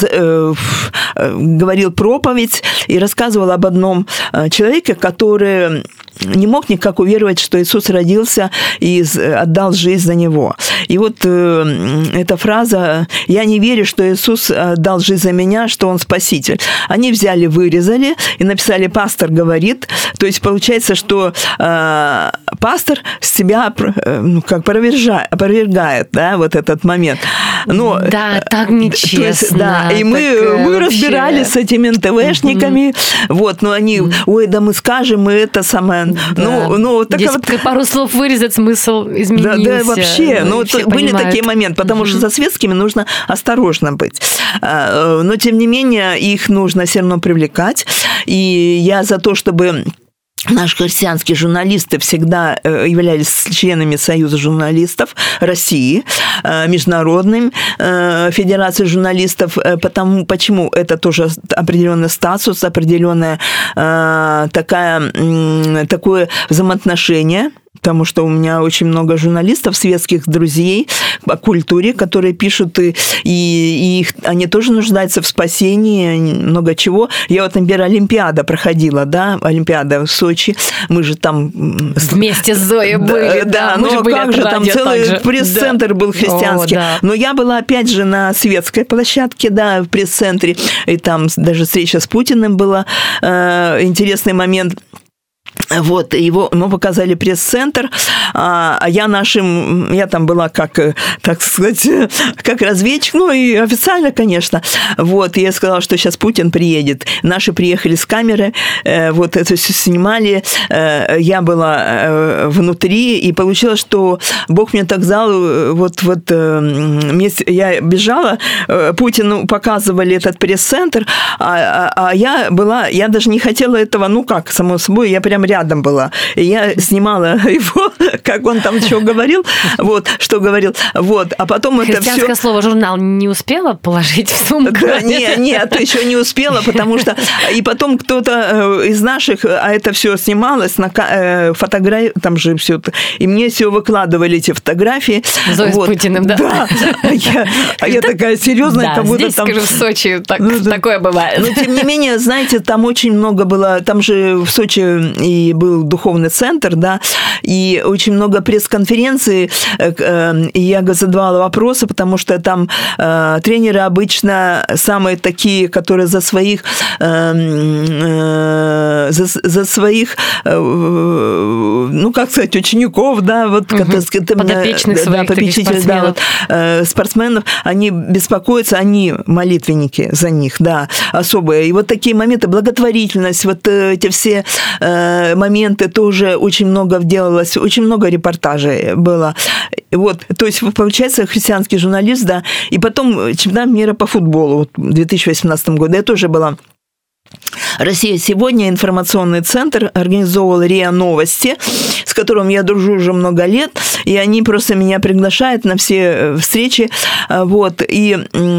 говорил проповедь и рассказывал об одном человеке, который не мог никак уверовать, что Иисус родился и отдал жизнь за него. И вот э, эта фраза «Я не верю, что Иисус отдал жизнь за меня, что Он Спаситель». Они взяли, вырезали и написали «Пастор говорит». То есть получается, что э, пастор себя э, ну, как опровержает, опровергает, да, вот этот момент. Но, да, так нечестно. Есть, да, и мы, мы разбирались с этими эн тэ вэ-шниками, mm-hmm. вот, но они, ой, да мы скажем, мы это самое... Да. Ну, ну, так Здесь вот... пару слов вырезать, смысл изменился. Да, да вообще. Ну, все были понимают. Такие моменты, потому mm-hmm. что со светскими нужно осторожно быть. Но, тем не менее, их нужно все равно привлекать. И я за то, чтобы... Наши христианские журналисты всегда являлись членами Союза журналистов России, Международной Федерации журналистов. Потому, почему это тоже определенный статус, определенное такая, такое взаимоотношение. Потому что у меня очень много журналистов, светских друзей по культуре, которые пишут, и, и их, они тоже нуждаются в спасении, много чего. Я вот, например, Олимпиада проходила, да, Олимпиада в Сочи. Мы же там... Вместе с Зоей были, да. Да, мы ну как же, там целый пресс-центр да. был христианский. О, да. Но я была, опять же, на светской площадке, да, в пресс-центре, и там даже встреча с Путиным была, э, интересный момент. Вот, его, ему показали пресс-центр, а я нашим, я там была как, так сказать, как разведчик, ну и официально, конечно, вот, и я сказала, что сейчас Путин приедет. Наши приехали с камеры, вот, это все снимали, я была внутри, и получилось, что Бог мне так дал, вот, вот, я бежала, Путину показывали этот пресс-центр, а, а я была, я даже не хотела этого, ну как, само собой, я прям рядом была. И я снимала его, как он там что говорил, вот, что говорил, вот, а потом это все... Христианское слово «журнал» не успела положить в сумку? Да, нет, нет, еще не успела, потому что... И потом кто-то из наших, а это все снималось, на фотографии, там же все, и мне все выкладывали, эти фотографии. Зоя вот. С Путиным, да? Да. А я, а я такая серьезная, да, как будто здесь, там... скажу, в Сочи так, ну, такое бывает. Но, тем не менее, знаете, там очень много было... Там же в Сочи и был духовный центр, да, и очень много пресс-конференций, и я задавала вопросы, потому что там тренеры обычно самые такие, которые за своих, за, за своих, ну, как сказать, учеников, да, вот, угу. подопечных да, своих попечителей, да, вот, спортсменов, они беспокоятся, они молитвенники за них, да, особые. И вот такие моменты, благотворительность, вот эти все моменты тоже очень много делалось, очень много репортажей было. Вот, то есть, получается, христианский журналист, да, и потом чемпионат мира по футболу вот, в две тысячи восемнадцатом году я тоже была. «Россия сегодня», информационный центр, организовывал РИА Новости, с которым я дружу уже много лет, и они просто меня приглашают на все встречи, вот, и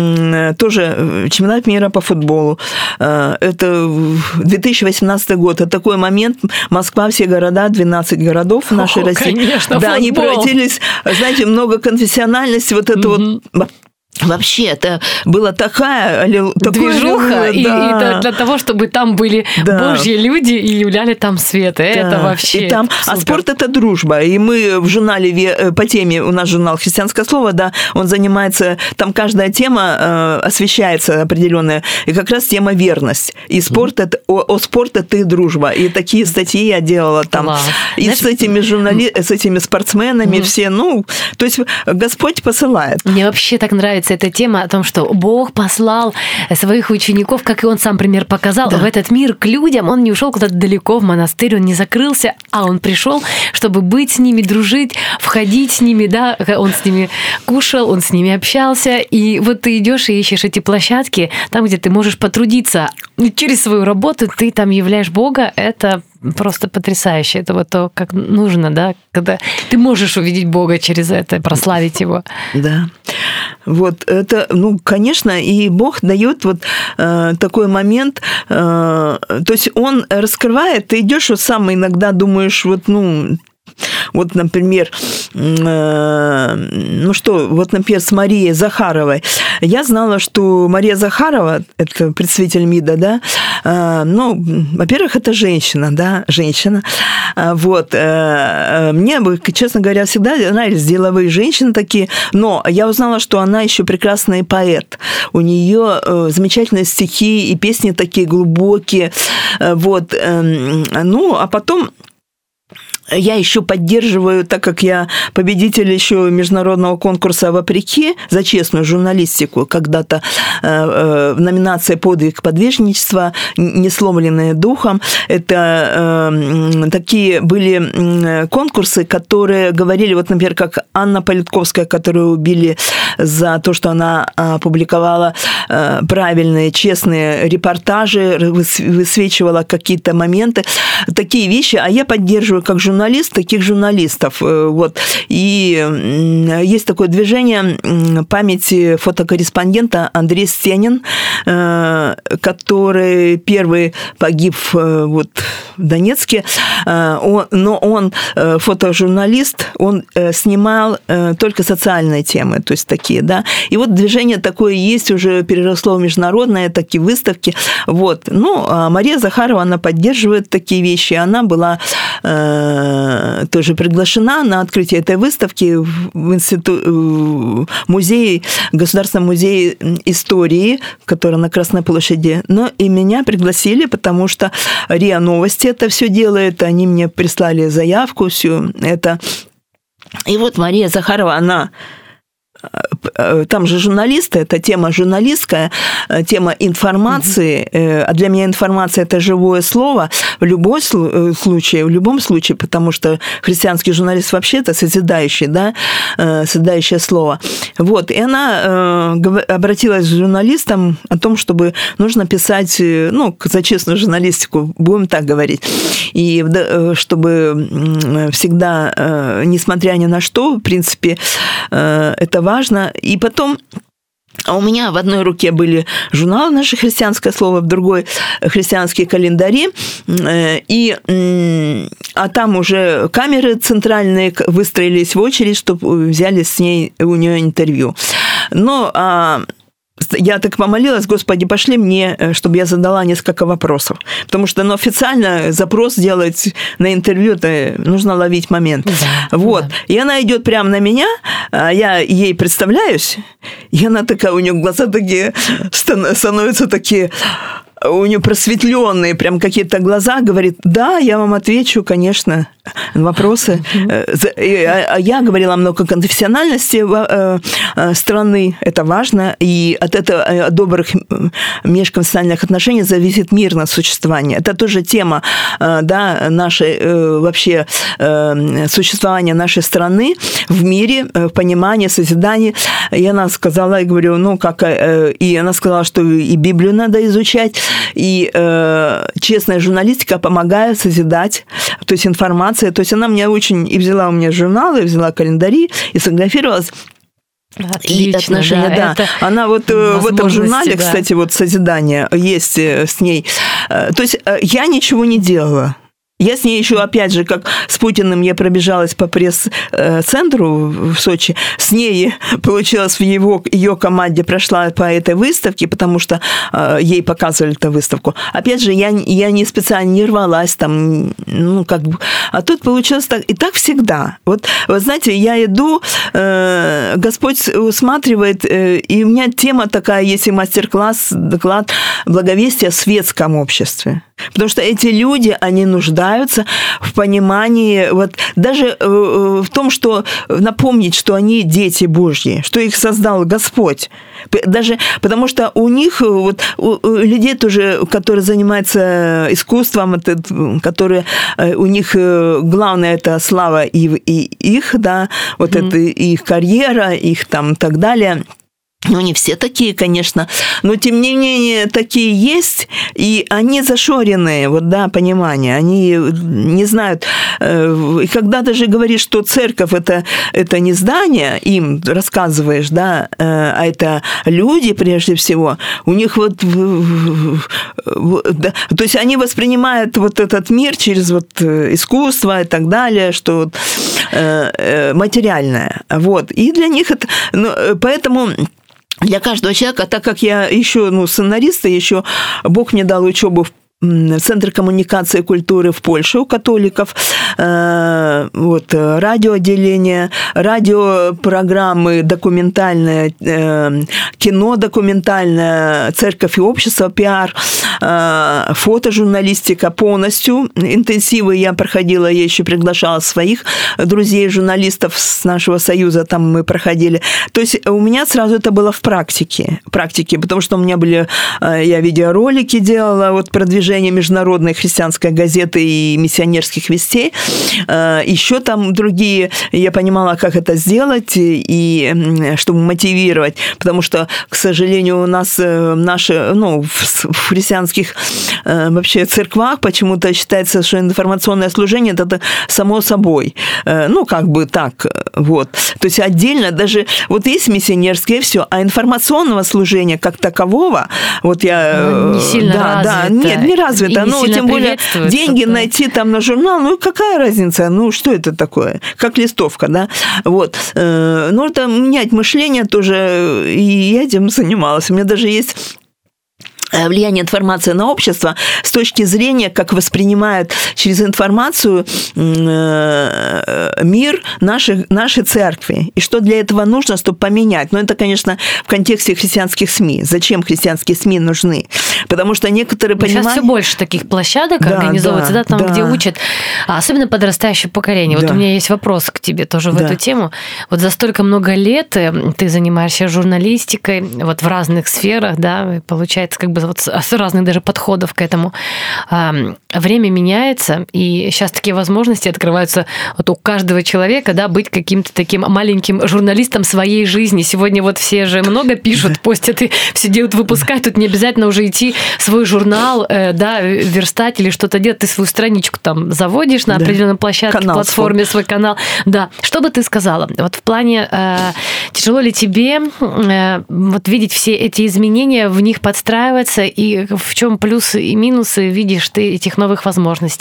тоже чемпионат мира по футболу. Это две тысячи восемнадцатый год, это такой момент, Москва, все города, двенадцать городов в нашей О, России. Конечно, да, футбол. Они превратились, знаете, многоконфессиональность, вот это mm-hmm. вот... Вообще, это была такая... Движуха, и, да. и для того, чтобы там были да. Божьи люди и являли там свет. Да. Это вообще... И там, а спорт – это дружба. И мы в журнале, по теме, у нас журнал «Христианское слово», да, он занимается, там каждая тема э, освещается определенная, и как раз тема верность. И спорт mm-hmm. – это, о, о спорт – это и дружба. И такие статьи я делала там. Wow. И Знаешь, с этими журнали... mm-hmm. с этими спортсменами mm-hmm. все, ну, то есть Господь посылает. Мне вообще так нравится эта тема о том, что Бог послал своих учеников, как и он сам пример показал, да. в этот мир к людям. Он не ушел куда-то далеко в монастырь, он не закрылся, а он пришел, чтобы быть с ними, дружить, входить с ними, да, он с ними кушал, он с ними общался. И вот ты идешь и ищешь эти площадки, там, где ты можешь потрудиться. И через свою работу ты там являешь Бога. Это просто потрясающе. Это вот то, как нужно, да, когда ты можешь увидеть Бога через это, прославить Его. Да. Вот это, ну, конечно, и Бог дает вот э, такой момент, э, то есть Он раскрывает, ты идешь, вот сам иногда думаешь, вот, ну, вот, например, э, ну что, вот, например, с Марией Захаровой. Я знала, что Мария Захарова, это представитель МИДа, да, э, ну, во-первых, это женщина, да, женщина. Вот. Э, мне, честно говоря, всегда нравились деловые женщины такие, но я узнала, что она еще прекрасный поэт. У нее э, замечательные стихи и песни такие глубокие. Э, вот. Э, ну, а потом... Я еще поддерживаю, так как я победитель еще международного конкурса «Вопреки» за честную журналистику, когда-то э, э, номинация «Подвиг подвижничества», «Не сломленные духом». Это э, такие были конкурсы, которые говорили, вот, например, как Анна Политковская, которую убили за то, что она опубликовала э, правильные, честные репортажи, высвечивала какие-то моменты, такие вещи, а я поддерживаю как журналист таких журналистов. Вот. И есть такое движение памяти фотокорреспондента Андрей Стенин, который первый погиб вот в Донецке, он, но он фотожурналист, он снимал только социальные темы, то есть такие, да. И вот движение такое есть, уже переросло в международное, такие выставки. Вот. Ну, а Мария Захарова, она поддерживает такие вещи, она была тоже приглашена на открытие этой выставки в институт, в музей, Государственном музее истории, который на Красной площади. Но и меня пригласили, потому что РИА Новости это все делает, они мне прислали заявку, все это. И вот Мария Захарова, она... Там же журналисты, это тема журналистская, тема информации, mm-hmm. а для меня информация – это живое слово в любом случае, в любом случае, потому что христианский журналист вообще это созидающий, да, созидающее слово. Вот, и она обратилась к журналистам о том, чтобы нужно писать, ну, за честную журналистику, будем так говорить, и чтобы всегда, несмотря ни на что, в принципе, это важно. И потом у меня в одной руке были журналы «Наше христианское слово», в другой христианские календари, и, а там уже камеры центральные выстроились в очередь, чтобы взяли с ней у нее интервью. Но я так помолилась, Господи, пошли мне, чтобы я задала несколько вопросов. Потому что ну, официально запрос делать на интервью, это нужно ловить момент. Да, вот. Да. И она идет прямо на меня, я ей представляюсь, и она такая, у нее глаза такие становятся такие... У нее просветленные прям какие-то глаза, говорит, да, я вам отвечу, конечно, на вопросы. А я говорила много конфессиональности страны, это важно, и от этого от добрых межконфессиональных отношений зависит мирное существование. Это тоже тема, да, нашей вообще существования нашей страны в мире, в понимании, созидании. И она сказала, я говорю, ну как, и она сказала, что и Библию надо изучать. И э, честная журналистика помогает созидать, то есть информация. То есть она мне очень... И взяла у меня журналы, и взяла календари, и сфотографировалась. Отлично, и отношения, да. да. Она вот в этом журнале, да. кстати, вот «Созидание» есть с ней. То есть я ничего не делала. Я с ней еще, опять же, как с Путиным я пробежалась по пресс-центру в Сочи, с ней получилось в его, ее команде прошла по этой выставке, потому что ей показывали эту выставку. Опять же, я, я не специально не рвалась там, ну, как бы, а тут получилось так, и так всегда. Вот, вы знаете, я иду, Господь усматривает, и у меня тема такая, есть и мастер-класс, доклад «Благовестие в светском обществе». Потому что эти люди, они нуждаются в понимании, вот даже в том, что напомнить, что они дети Божьи, что их создал Господь. Даже потому что у них, вот, у людей тоже, которые занимаются искусством, которые у них главное это слава и, и их, да, вот mm-hmm. это их карьера, их там и так далее. Ну, не все такие, конечно, но, тем не менее, такие есть, и они зашоренные, вот, да, понимание, они не знают. И когда даже говоришь, что церковь это, – это не здание, им рассказываешь, да, а это люди, прежде всего, у них вот… Да, то есть они воспринимают вот этот мир через вот искусство и так далее, что материальное, вот, и для них это… Ну, поэтому… Для каждого человека, так как я еще, ну, сценарист, еще Бог мне дал учебу в Центр коммуникации и культуры в Польше у католиков, вот, радиоотделение, радиопрограммы документальное, кино документальное, церковь и общество, пиар, фотожурналистика полностью. Интенсивы я проходила, я еще приглашала своих друзей, журналистов с нашего союза, там мы проходили. То есть у меня сразу это было в практике, практике, потому что у меня были, я видеоролики делала, вот продвижение международной христианской газеты и миссионерских вестей. Еще там другие, я понимала, как это сделать, и чтобы мотивировать, потому что, к сожалению, у нас наши, ну, в христианских вообще церквах почему-то считается, что информационное служение – это само собой. Ну, как бы так, вот. То есть отдельно даже, вот есть миссионерское все, а информационного служения как такового, вот я… Ну, не сильно да, развито. Да, нет, не развито. Ну, тем более деньги что-то. Найти там на журнал, ну, какая разница? Ну, что это такое? Как листовка, да? Вот. Нужно менять мышление тоже, и я этим занималась. У меня даже есть… влияние информации на общество с точки зрения, как воспринимают через информацию мир нашей, нашей церкви. И что для этого нужно, чтобы поменять. Но это, конечно, в контексте христианских СМИ. Зачем христианские СМИ нужны? Потому что некоторые понимают... Сейчас все больше таких площадок да, организовывается, да, да, там, да. где учат, особенно подрастающее поколение. Да. Вот у меня есть вопрос к тебе тоже в да. эту тему. Вот за столько много лет ты занимаешься журналистикой вот в разных сферах, да, и получается как бы вот с разных даже подходов к этому. Время меняется, и сейчас такие возможности открываются вот у каждого человека, да, быть каким-то таким маленьким журналистом своей жизни. Сегодня вот все же много пишут, постят и все делают, выпускают. Тут не обязательно уже идти свой журнал, да, верстать или что-то делать. Ты свою страничку там заводишь на да. определенной площадке, канал платформе, свой. свой канал. Да. Что бы ты сказала? Вот в плане, э, тяжело ли тебе э, вот видеть все эти изменения, в них подстраиваться, и в чем плюсы и минусы видишь ты этих новых возможностей?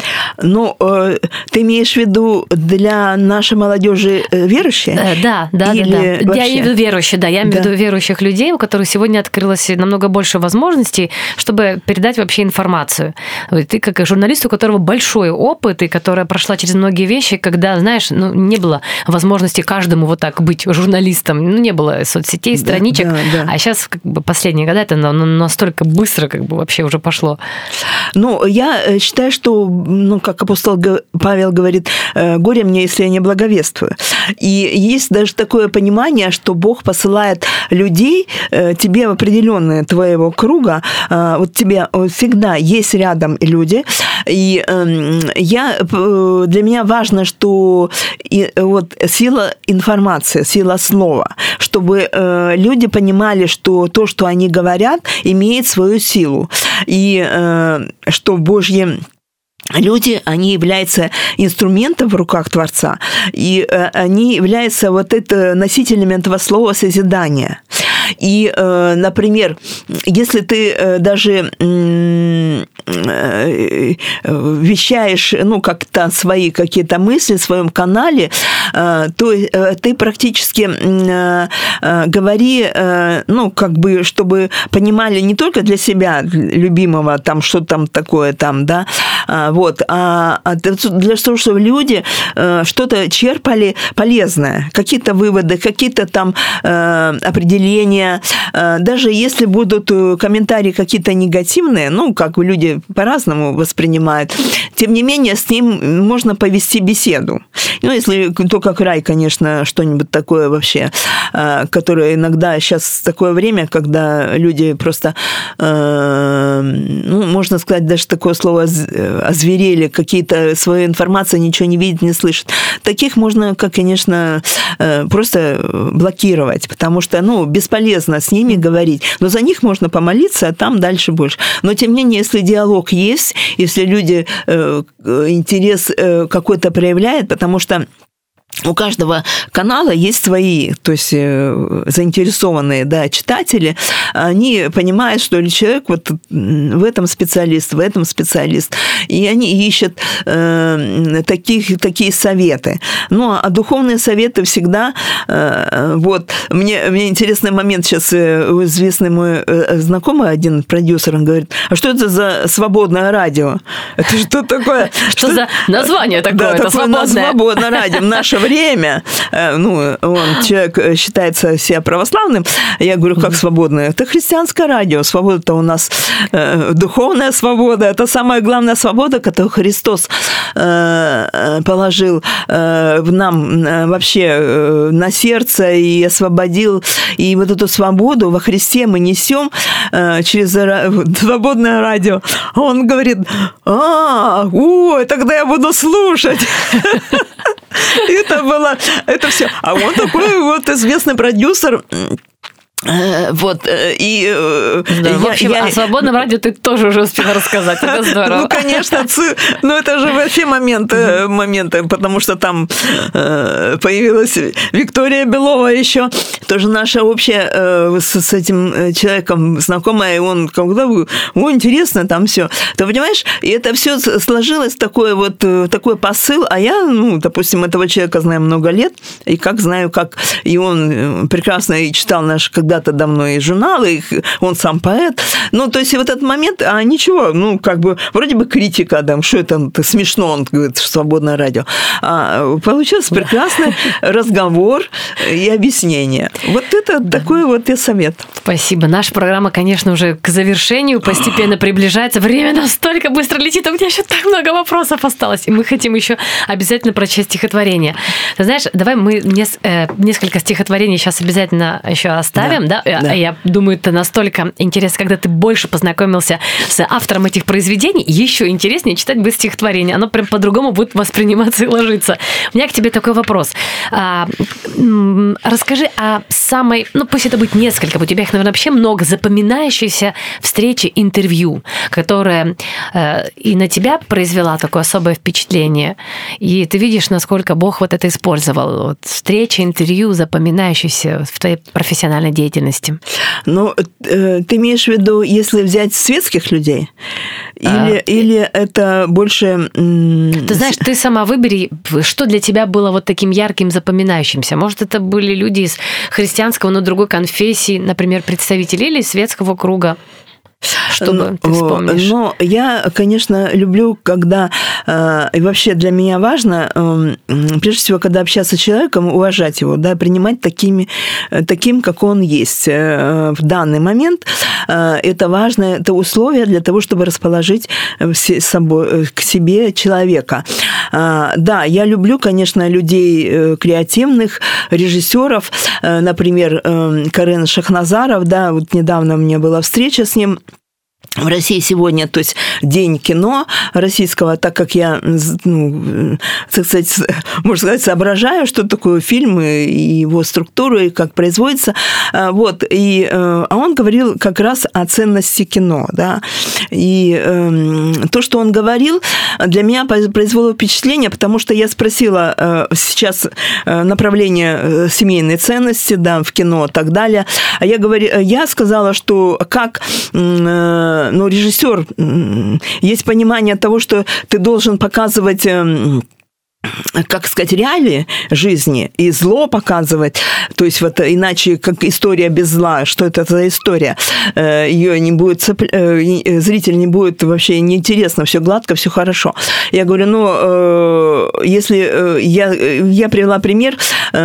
Ну, э, ты имеешь в виду для нашей молодежи верующие? Э, да, да, Или да, да. вообще? Я имею в виду верующие, да. Я имею в Да. виду верующих людей, у которых сегодня открылось намного больше возможностей, чтобы передать вообще информацию. Вот ты как журналист, у которого большой опыт, и которая прошла через многие вещи, когда, знаешь, ну, не было возможности каждому вот так быть журналистом. Ну, не было соцсетей, страничек. Да, да, да. А сейчас, как бы, последние года это настолько быстро как бы вообще уже пошло. Ну, я считаю, что, ну, как апостол Павел говорит, горе мне, если я не благовествую. И есть даже такое понимание, что Бог посылает людей тебе в определенные твоего круга. Вот тебе всегда есть рядом люди. И я, для меня важно, что и, вот сила информации, сила слова, чтобы люди понимали, что то, что они говорят, имеет свою силу. И что Божьи люди, они являются инструментом в руках Творца, и они являются вот это носителями этого слова созидания. И, например, если ты даже вещаешь, ну, как-то свои какие-то мысли в своем канале, то ты практически говори, ну, как бы, чтобы понимали не только для себя любимого, там, что там такое там, да, вот, а для того, чтобы люди что-то черпали полезное, какие-то выводы, какие-то там определения. Даже если будут комментарии какие-то негативные, ну, как бы люди по-разному воспринимают, тем не менее, с ним можно повести беседу. Ну, если только край, конечно, что-нибудь такое вообще, которое иногда сейчас такое время, когда люди просто, ну, можно сказать, даже такое слово озверели, какие-то свою информацию ничего не видят, не слышат. Таких можно, как, конечно, просто блокировать, потому что, ну, бесполезно с ними говорить. Но за них можно помолиться, а там дальше больше. Но, тем не менее, если диалог есть, если люди интерес какой-то проявляют, потому что у каждого канала есть свои, то есть заинтересованные, да, читатели, они понимают, что человек вот в этом специалист, в этом специалист, и они ищут э, таких, такие советы. Ну, а духовные советы всегда, э, вот, мне, мне интересный момент сейчас, известный мой знакомый, один продюсер, он говорит, а что это за свободное радио? Это что такое? Что за название такое? Да, такое свободное радио в наше время, ну, он, человек считается себя православным, я говорю, как свободное? Это христианское радио. Свобода-то у нас э, духовная свобода, это самая главная свобода, которую Христос э, положил э, в нам э, вообще э, на сердце и освободил. И вот эту свободу во Христе мы несем э, через свободное радио. Он говорит, а, ой, тогда я буду слушать. Это было, это все. А он такой вот известный продюсер. Вот, и... Да, я, в общем, я... о свободном радио ты тоже уже успела рассказать, это здорово. Ну, конечно, ну, это же вообще моменты, моменты, потому что там появилась Виктория Белова еще, тоже наша общая с этим человеком знакомая, и он когда вы, о, интересно там все. Ты понимаешь, и это все сложилось такой вот, такой посыл, а я, ну, допустим, этого человека знаю много лет, и как знаю, как и он прекрасно и читал наш, когда когда-то давно и журналы, он сам поэт. Ну, то есть, вот этот момент, а ничего, ну, как бы, вроде бы критика, там, что это, это смешно, он говорит, свободное радио. А получился прекрасный разговор и объяснение. Вот это такой вот и совет. Спасибо. Наша программа, конечно, уже к завершению постепенно приближается. Время настолько быстро летит, а у меня еще так много вопросов осталось. И мы хотим еще обязательно прочесть стихотворение. Ты знаешь, давай мы несколько стихотворений сейчас обязательно еще оставим. Да, да? Да. Я думаю, это настолько интересно, когда ты больше познакомился с автором этих произведений, еще интереснее читать будет стихотворение. Оно прям по-другому будет восприниматься и ложиться. У меня к тебе такой вопрос. А, расскажи о самой, ну пусть это будет несколько, у тебя их, наверное, вообще много, запоминающейся встречи, интервью, которая э, и на тебя произвела такое особое впечатление. И ты видишь, насколько Бог вот это использовал. Вот встреча, интервью, запоминающиеся в твоей профессиональной деятельности. деятельности? Ну, ты имеешь в виду, если взять светских людей? Или, а... или это больше... Ты знаешь, ты сама выбери, что для тебя было вот таким ярким, запоминающимся. Может, это были люди из христианского, но другой конфессии, например, представители, или светского круга? Чтобы ты вспомнишь. Но я, конечно, люблю, когда... И вообще для меня важно, прежде всего, когда общаться с человеком, уважать его, да, принимать такими, таким, как он есть в данный момент. Это важно, это условие для того, чтобы расположить собой, к себе человека. Да, я люблю, конечно, людей креативных, режиссеров, например, Карен Шахназаров, да, вот недавно у меня была встреча с ним. В России сегодня, то есть день кино российского, так как я, ну, так сказать, можно сказать, соображаю, что такое фильм и его структуру, и как производится. Вот. И, а он говорил как раз о ценности кино. Да? И то, что он говорил, для меня произвело впечатление, потому что я спросила сейчас направление семейной ценности, да, в кино и так далее. А я, говорю, я сказала, что как... Ну, режиссер, есть понимание того, что ты должен показывать, как сказать, реалии жизни и зло показывать. То есть вот иначе, как история без зла, что это за история? Ее не будет, зритель не будет вообще неинтересно, все гладко, все хорошо. Я говорю, ну, если я, я привела пример,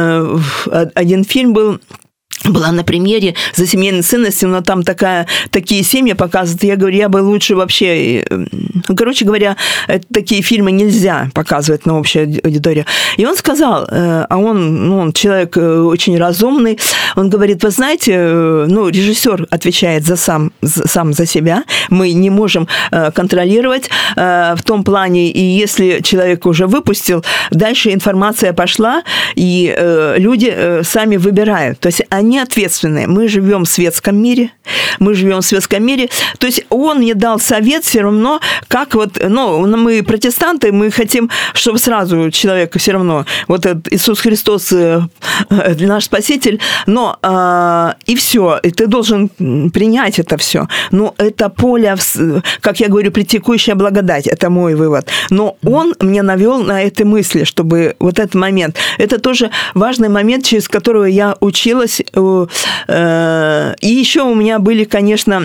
один фильм был, была на премьере за семейные ценности, но там такая, такие семьи показывают. Я говорю, я бы лучше вообще... Короче говоря, такие фильмы нельзя показывать на общую аудиторию. И он сказал, а он, ну, он человек очень разумный, он говорит, вы знаете, ну, режиссер отвечает за сам, сам за себя, мы не можем контролировать в том плане, и если человек уже выпустил, дальше информация пошла, и люди сами выбирают. То есть они Они ответственные. Мы живем в светском мире. Мы живем в светском мире. То есть он мне дал совет все равно, как вот, ну, мы протестанты, мы хотим, чтобы сразу человек все равно, вот этот Иисус Христос наш Спаситель, но и все, и ты должен принять это все. Но это поле, как я говорю, притекущая благодать, это мой вывод. Но он мне навел на этой мысли, чтобы вот этот момент, это тоже важный момент, через который я училась. И еще у меня были, конечно,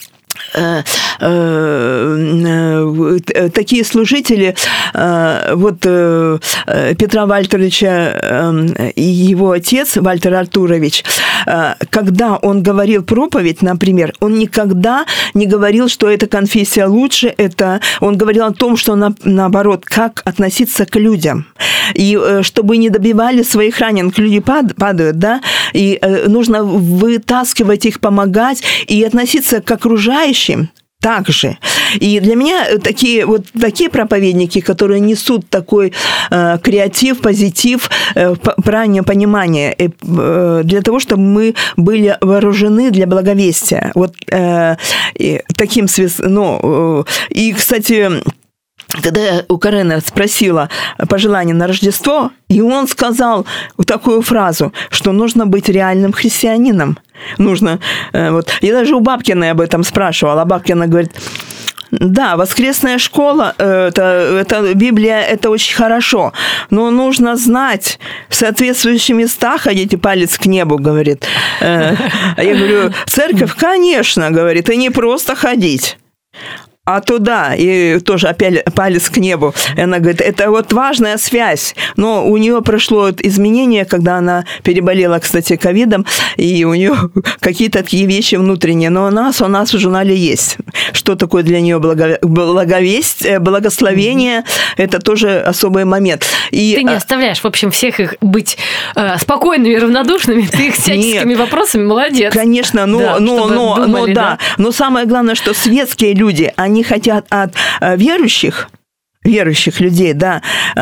такие служители, вот Петра Вальтеровича и его отец, Вальтер Артурович, когда он говорил проповедь, например, он никогда не говорил, что эта конфессия лучше, это он говорил о том, что на, наоборот, как относиться к людям. И чтобы не добивали своих раненых, люди падают, да, и нужно вытаскивать их, помогать и относиться к окружающим также. И для меня такие вот такие проповедники, которые несут такой э, креатив, позитив, э, правильное понимание, э, для того, чтобы мы были вооружены для благовестия. Вот э, и таким ну, э, и, кстати, когда я у Карена спросила пожелание на Рождество, и он сказал такую фразу, что нужно быть реальным христианином. Нужно, вот, я даже у Бабкиной об этом спрашивала, а Бабкина говорит, да, воскресная школа, это, это Библия, это очень хорошо, но нужно знать, в соответствующие места ходить и палец к небу, говорит. Я говорю, церковь, конечно, говорит, и не просто ходить, а туда, и тоже опять палец к небу. И она говорит, это вот важная связь. Но у нее прошло изменение, когда она переболела, кстати, ковидом, и у нее какие-то такие вещи внутренние. Но у нас, у нас в журнале есть. Что такое для нее благо, благовесть, благословение, mm-hmm. это тоже особый момент. И, ты не оставляешь, в общем, всех их быть э, спокойными и равнодушными, ты их всяческими Нет, вопросами молодец. Конечно, но, да, но, но, думали, но, да. да. Но самое главное, что светские люди, они Они хотят от верующих, верующих людей, да,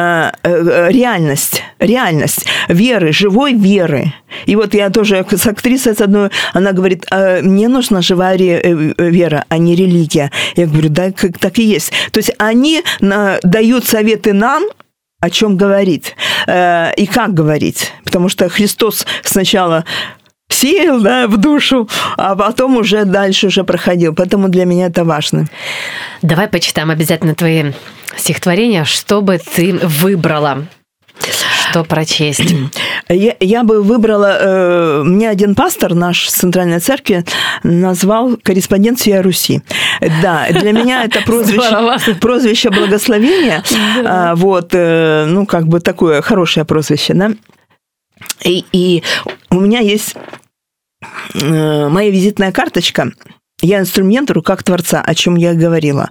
реальность, реальность веры, живой веры. И вот я тоже с актрисой с одной, она говорит, мне нужна живая вера, а не религия. Я говорю, да, так и есть. То есть они дают советы нам, о чем говорить и как говорить. Потому что Христос сначала сеял, да, в душу, а потом уже дальше уже проходил. Поэтому для меня это важно. Давай почитаем обязательно твои стихотворения, что бы ты выбрала. Что прочесть? Я, я бы выбрала... Э, мне один пастор наш в Центральной Церкви назвал «Корреспондент всей Руси». Да, для меня это прозвище, прозвище благословения. А, вот, э, ну, как бы такое хорошее прозвище, да. И, и у меня есть э, моя визитная карточка. Я инструмент в руках Творца, о чем я говорила.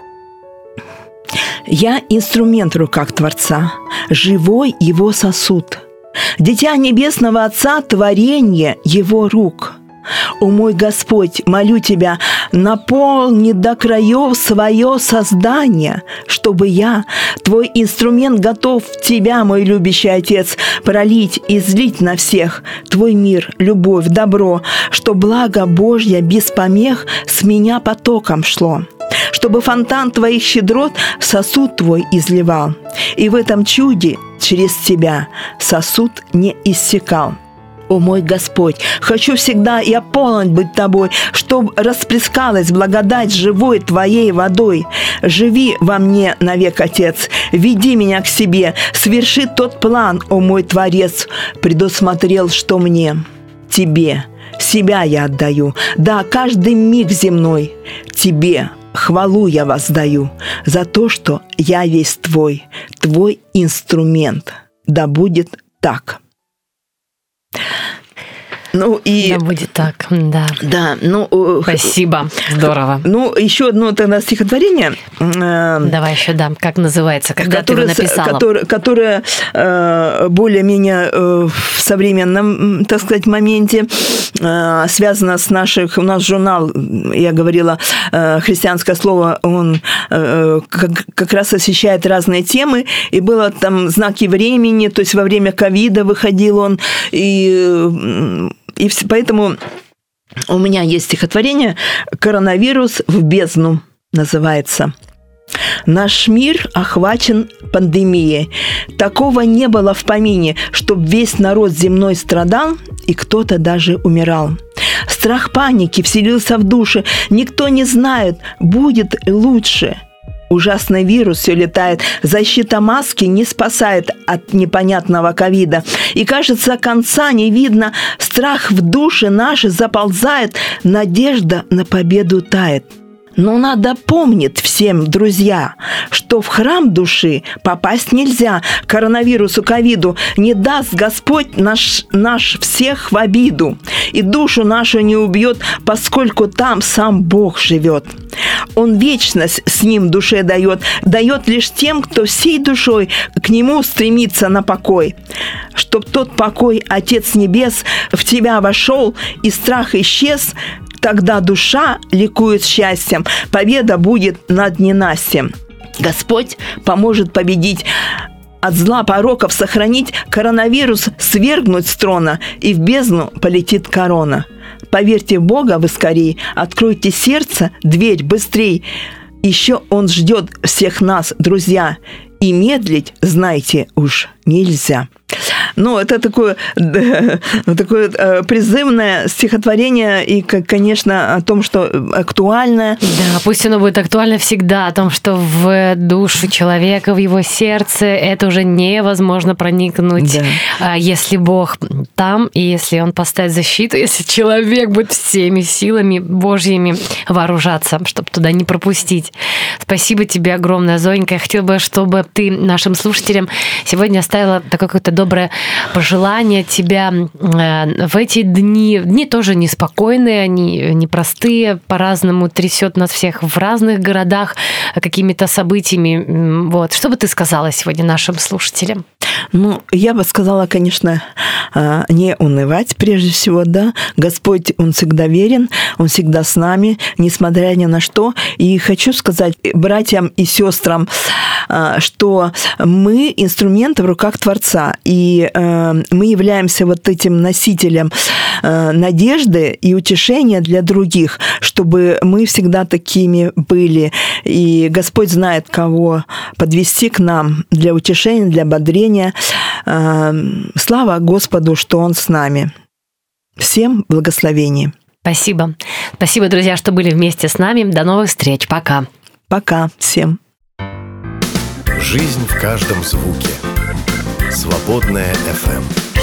Я инструмент в руках Творца, живой Его сосуд, дитя небесного Отца, творение Его рук. О мой Господь, молю Тебя, наполни до краев свое создание, чтобы я, Твой инструмент, готов Тебя, мой любящий Отец, пролить и злить на всех Твой мир, любовь, добро, что благо Божье без помех с меня потоком шло, чтобы фонтан Твоих щедрот сосуд Твой изливал, и в этом чуде через Тебя сосуд не иссякал. О мой Господь, хочу всегда и ополнить быть Тобой, чтоб расплескалась благодать живой Твоей водой. Живи во мне навек, Отец, веди меня к себе, сверши тот план, о мой Творец, предусмотрел, что мне, Тебе, себя я отдаю, да, каждый миг земной, Тебе хвалу я воздаю за то, что я весь Твой, Твой инструмент. Да будет так. Ну, и... Да будет так, да. Да, ну... Спасибо, здорово. Ну, еще одно тогда стихотворение. Давай еще дам, как называется, когда которое, ты его написала? Которое, которое более-менее в современном, так сказать, моменте связано с наших... У нас журнал, я говорила, «Христианское слово», он как, как раз освещает разные темы, и было там «Знаки времени», то есть во время ковида выходил он, и... И поэтому у меня есть стихотворение «Коронавирус в бездну» называется. Наш мир охвачен пандемией. Такого не было в помине, чтоб весь народ земной страдал, и кто-то даже умирал. Страх паники вселился в души. Никто не знает, будет лучше. Ужасный вирус все летает, защита маски не спасает от непонятного ковида. И, кажется, конца не видно, страх в душе наши заползает, надежда на победу тает. Но надо помнить всем, друзья, что в храм души попасть нельзя. Коронавирусу, ковиду не даст Господь наш, наш всех в обиду. И душу нашу не убьет, поскольку там сам Бог живет. Он вечность с ним душе дает, дает лишь тем, кто всей душой к нему стремится на покой. Чтоб тот покой, Отец Небес, в тебя вошел и страх исчез, тогда душа ликует счастьем, победа будет над ненастьем. Господь поможет победить, от зла пороков сохранить, коронавирус свергнуть с трона, и в бездну полетит корона. Поверьте в Бога вы скорей, откройте сердце, дверь быстрей. Еще Он ждет всех нас, друзья, и медлить, знайте, уж нельзя. Ну, это такое, такое призывное стихотворение и, конечно, о том, что актуально. Да, пусть оно будет актуально всегда, о том, что в душу человека, в его сердце это уже невозможно проникнуть, да. Если Бог там, и если Он поставит защиту, если человек будет всеми силами Божьими вооружаться, чтобы туда не пропустить. Спасибо тебе огромное, Зонька. Я хотела бы, чтобы ты нашим слушателям сегодня оставила такое какое-то доброе пожелание тебя в эти дни. Дни тоже неспокойные, они непростые, по-разному трясет нас всех в разных городах какими-то событиями. Вот. Что бы ты сказала сегодня нашим слушателям? Ну, я бы сказала, конечно, не унывать прежде всего, да. Господь, Он всегда верен, Он всегда с нами, несмотря ни на что. И хочу сказать братьям и сестрам, что мы инструменты в руках Творца, и мы являемся вот этим носителем надежды и утешения для других, чтобы мы всегда такими были. И Господь знает, кого подвести к нам для утешения, для ободрения. Слава Господу, что Он с нами. Всем благословений. Спасибо. Спасибо, друзья, что были вместе с нами. До новых встреч. Пока. Пока всем. Жизнь в каждом звуке. Свободная эф эм.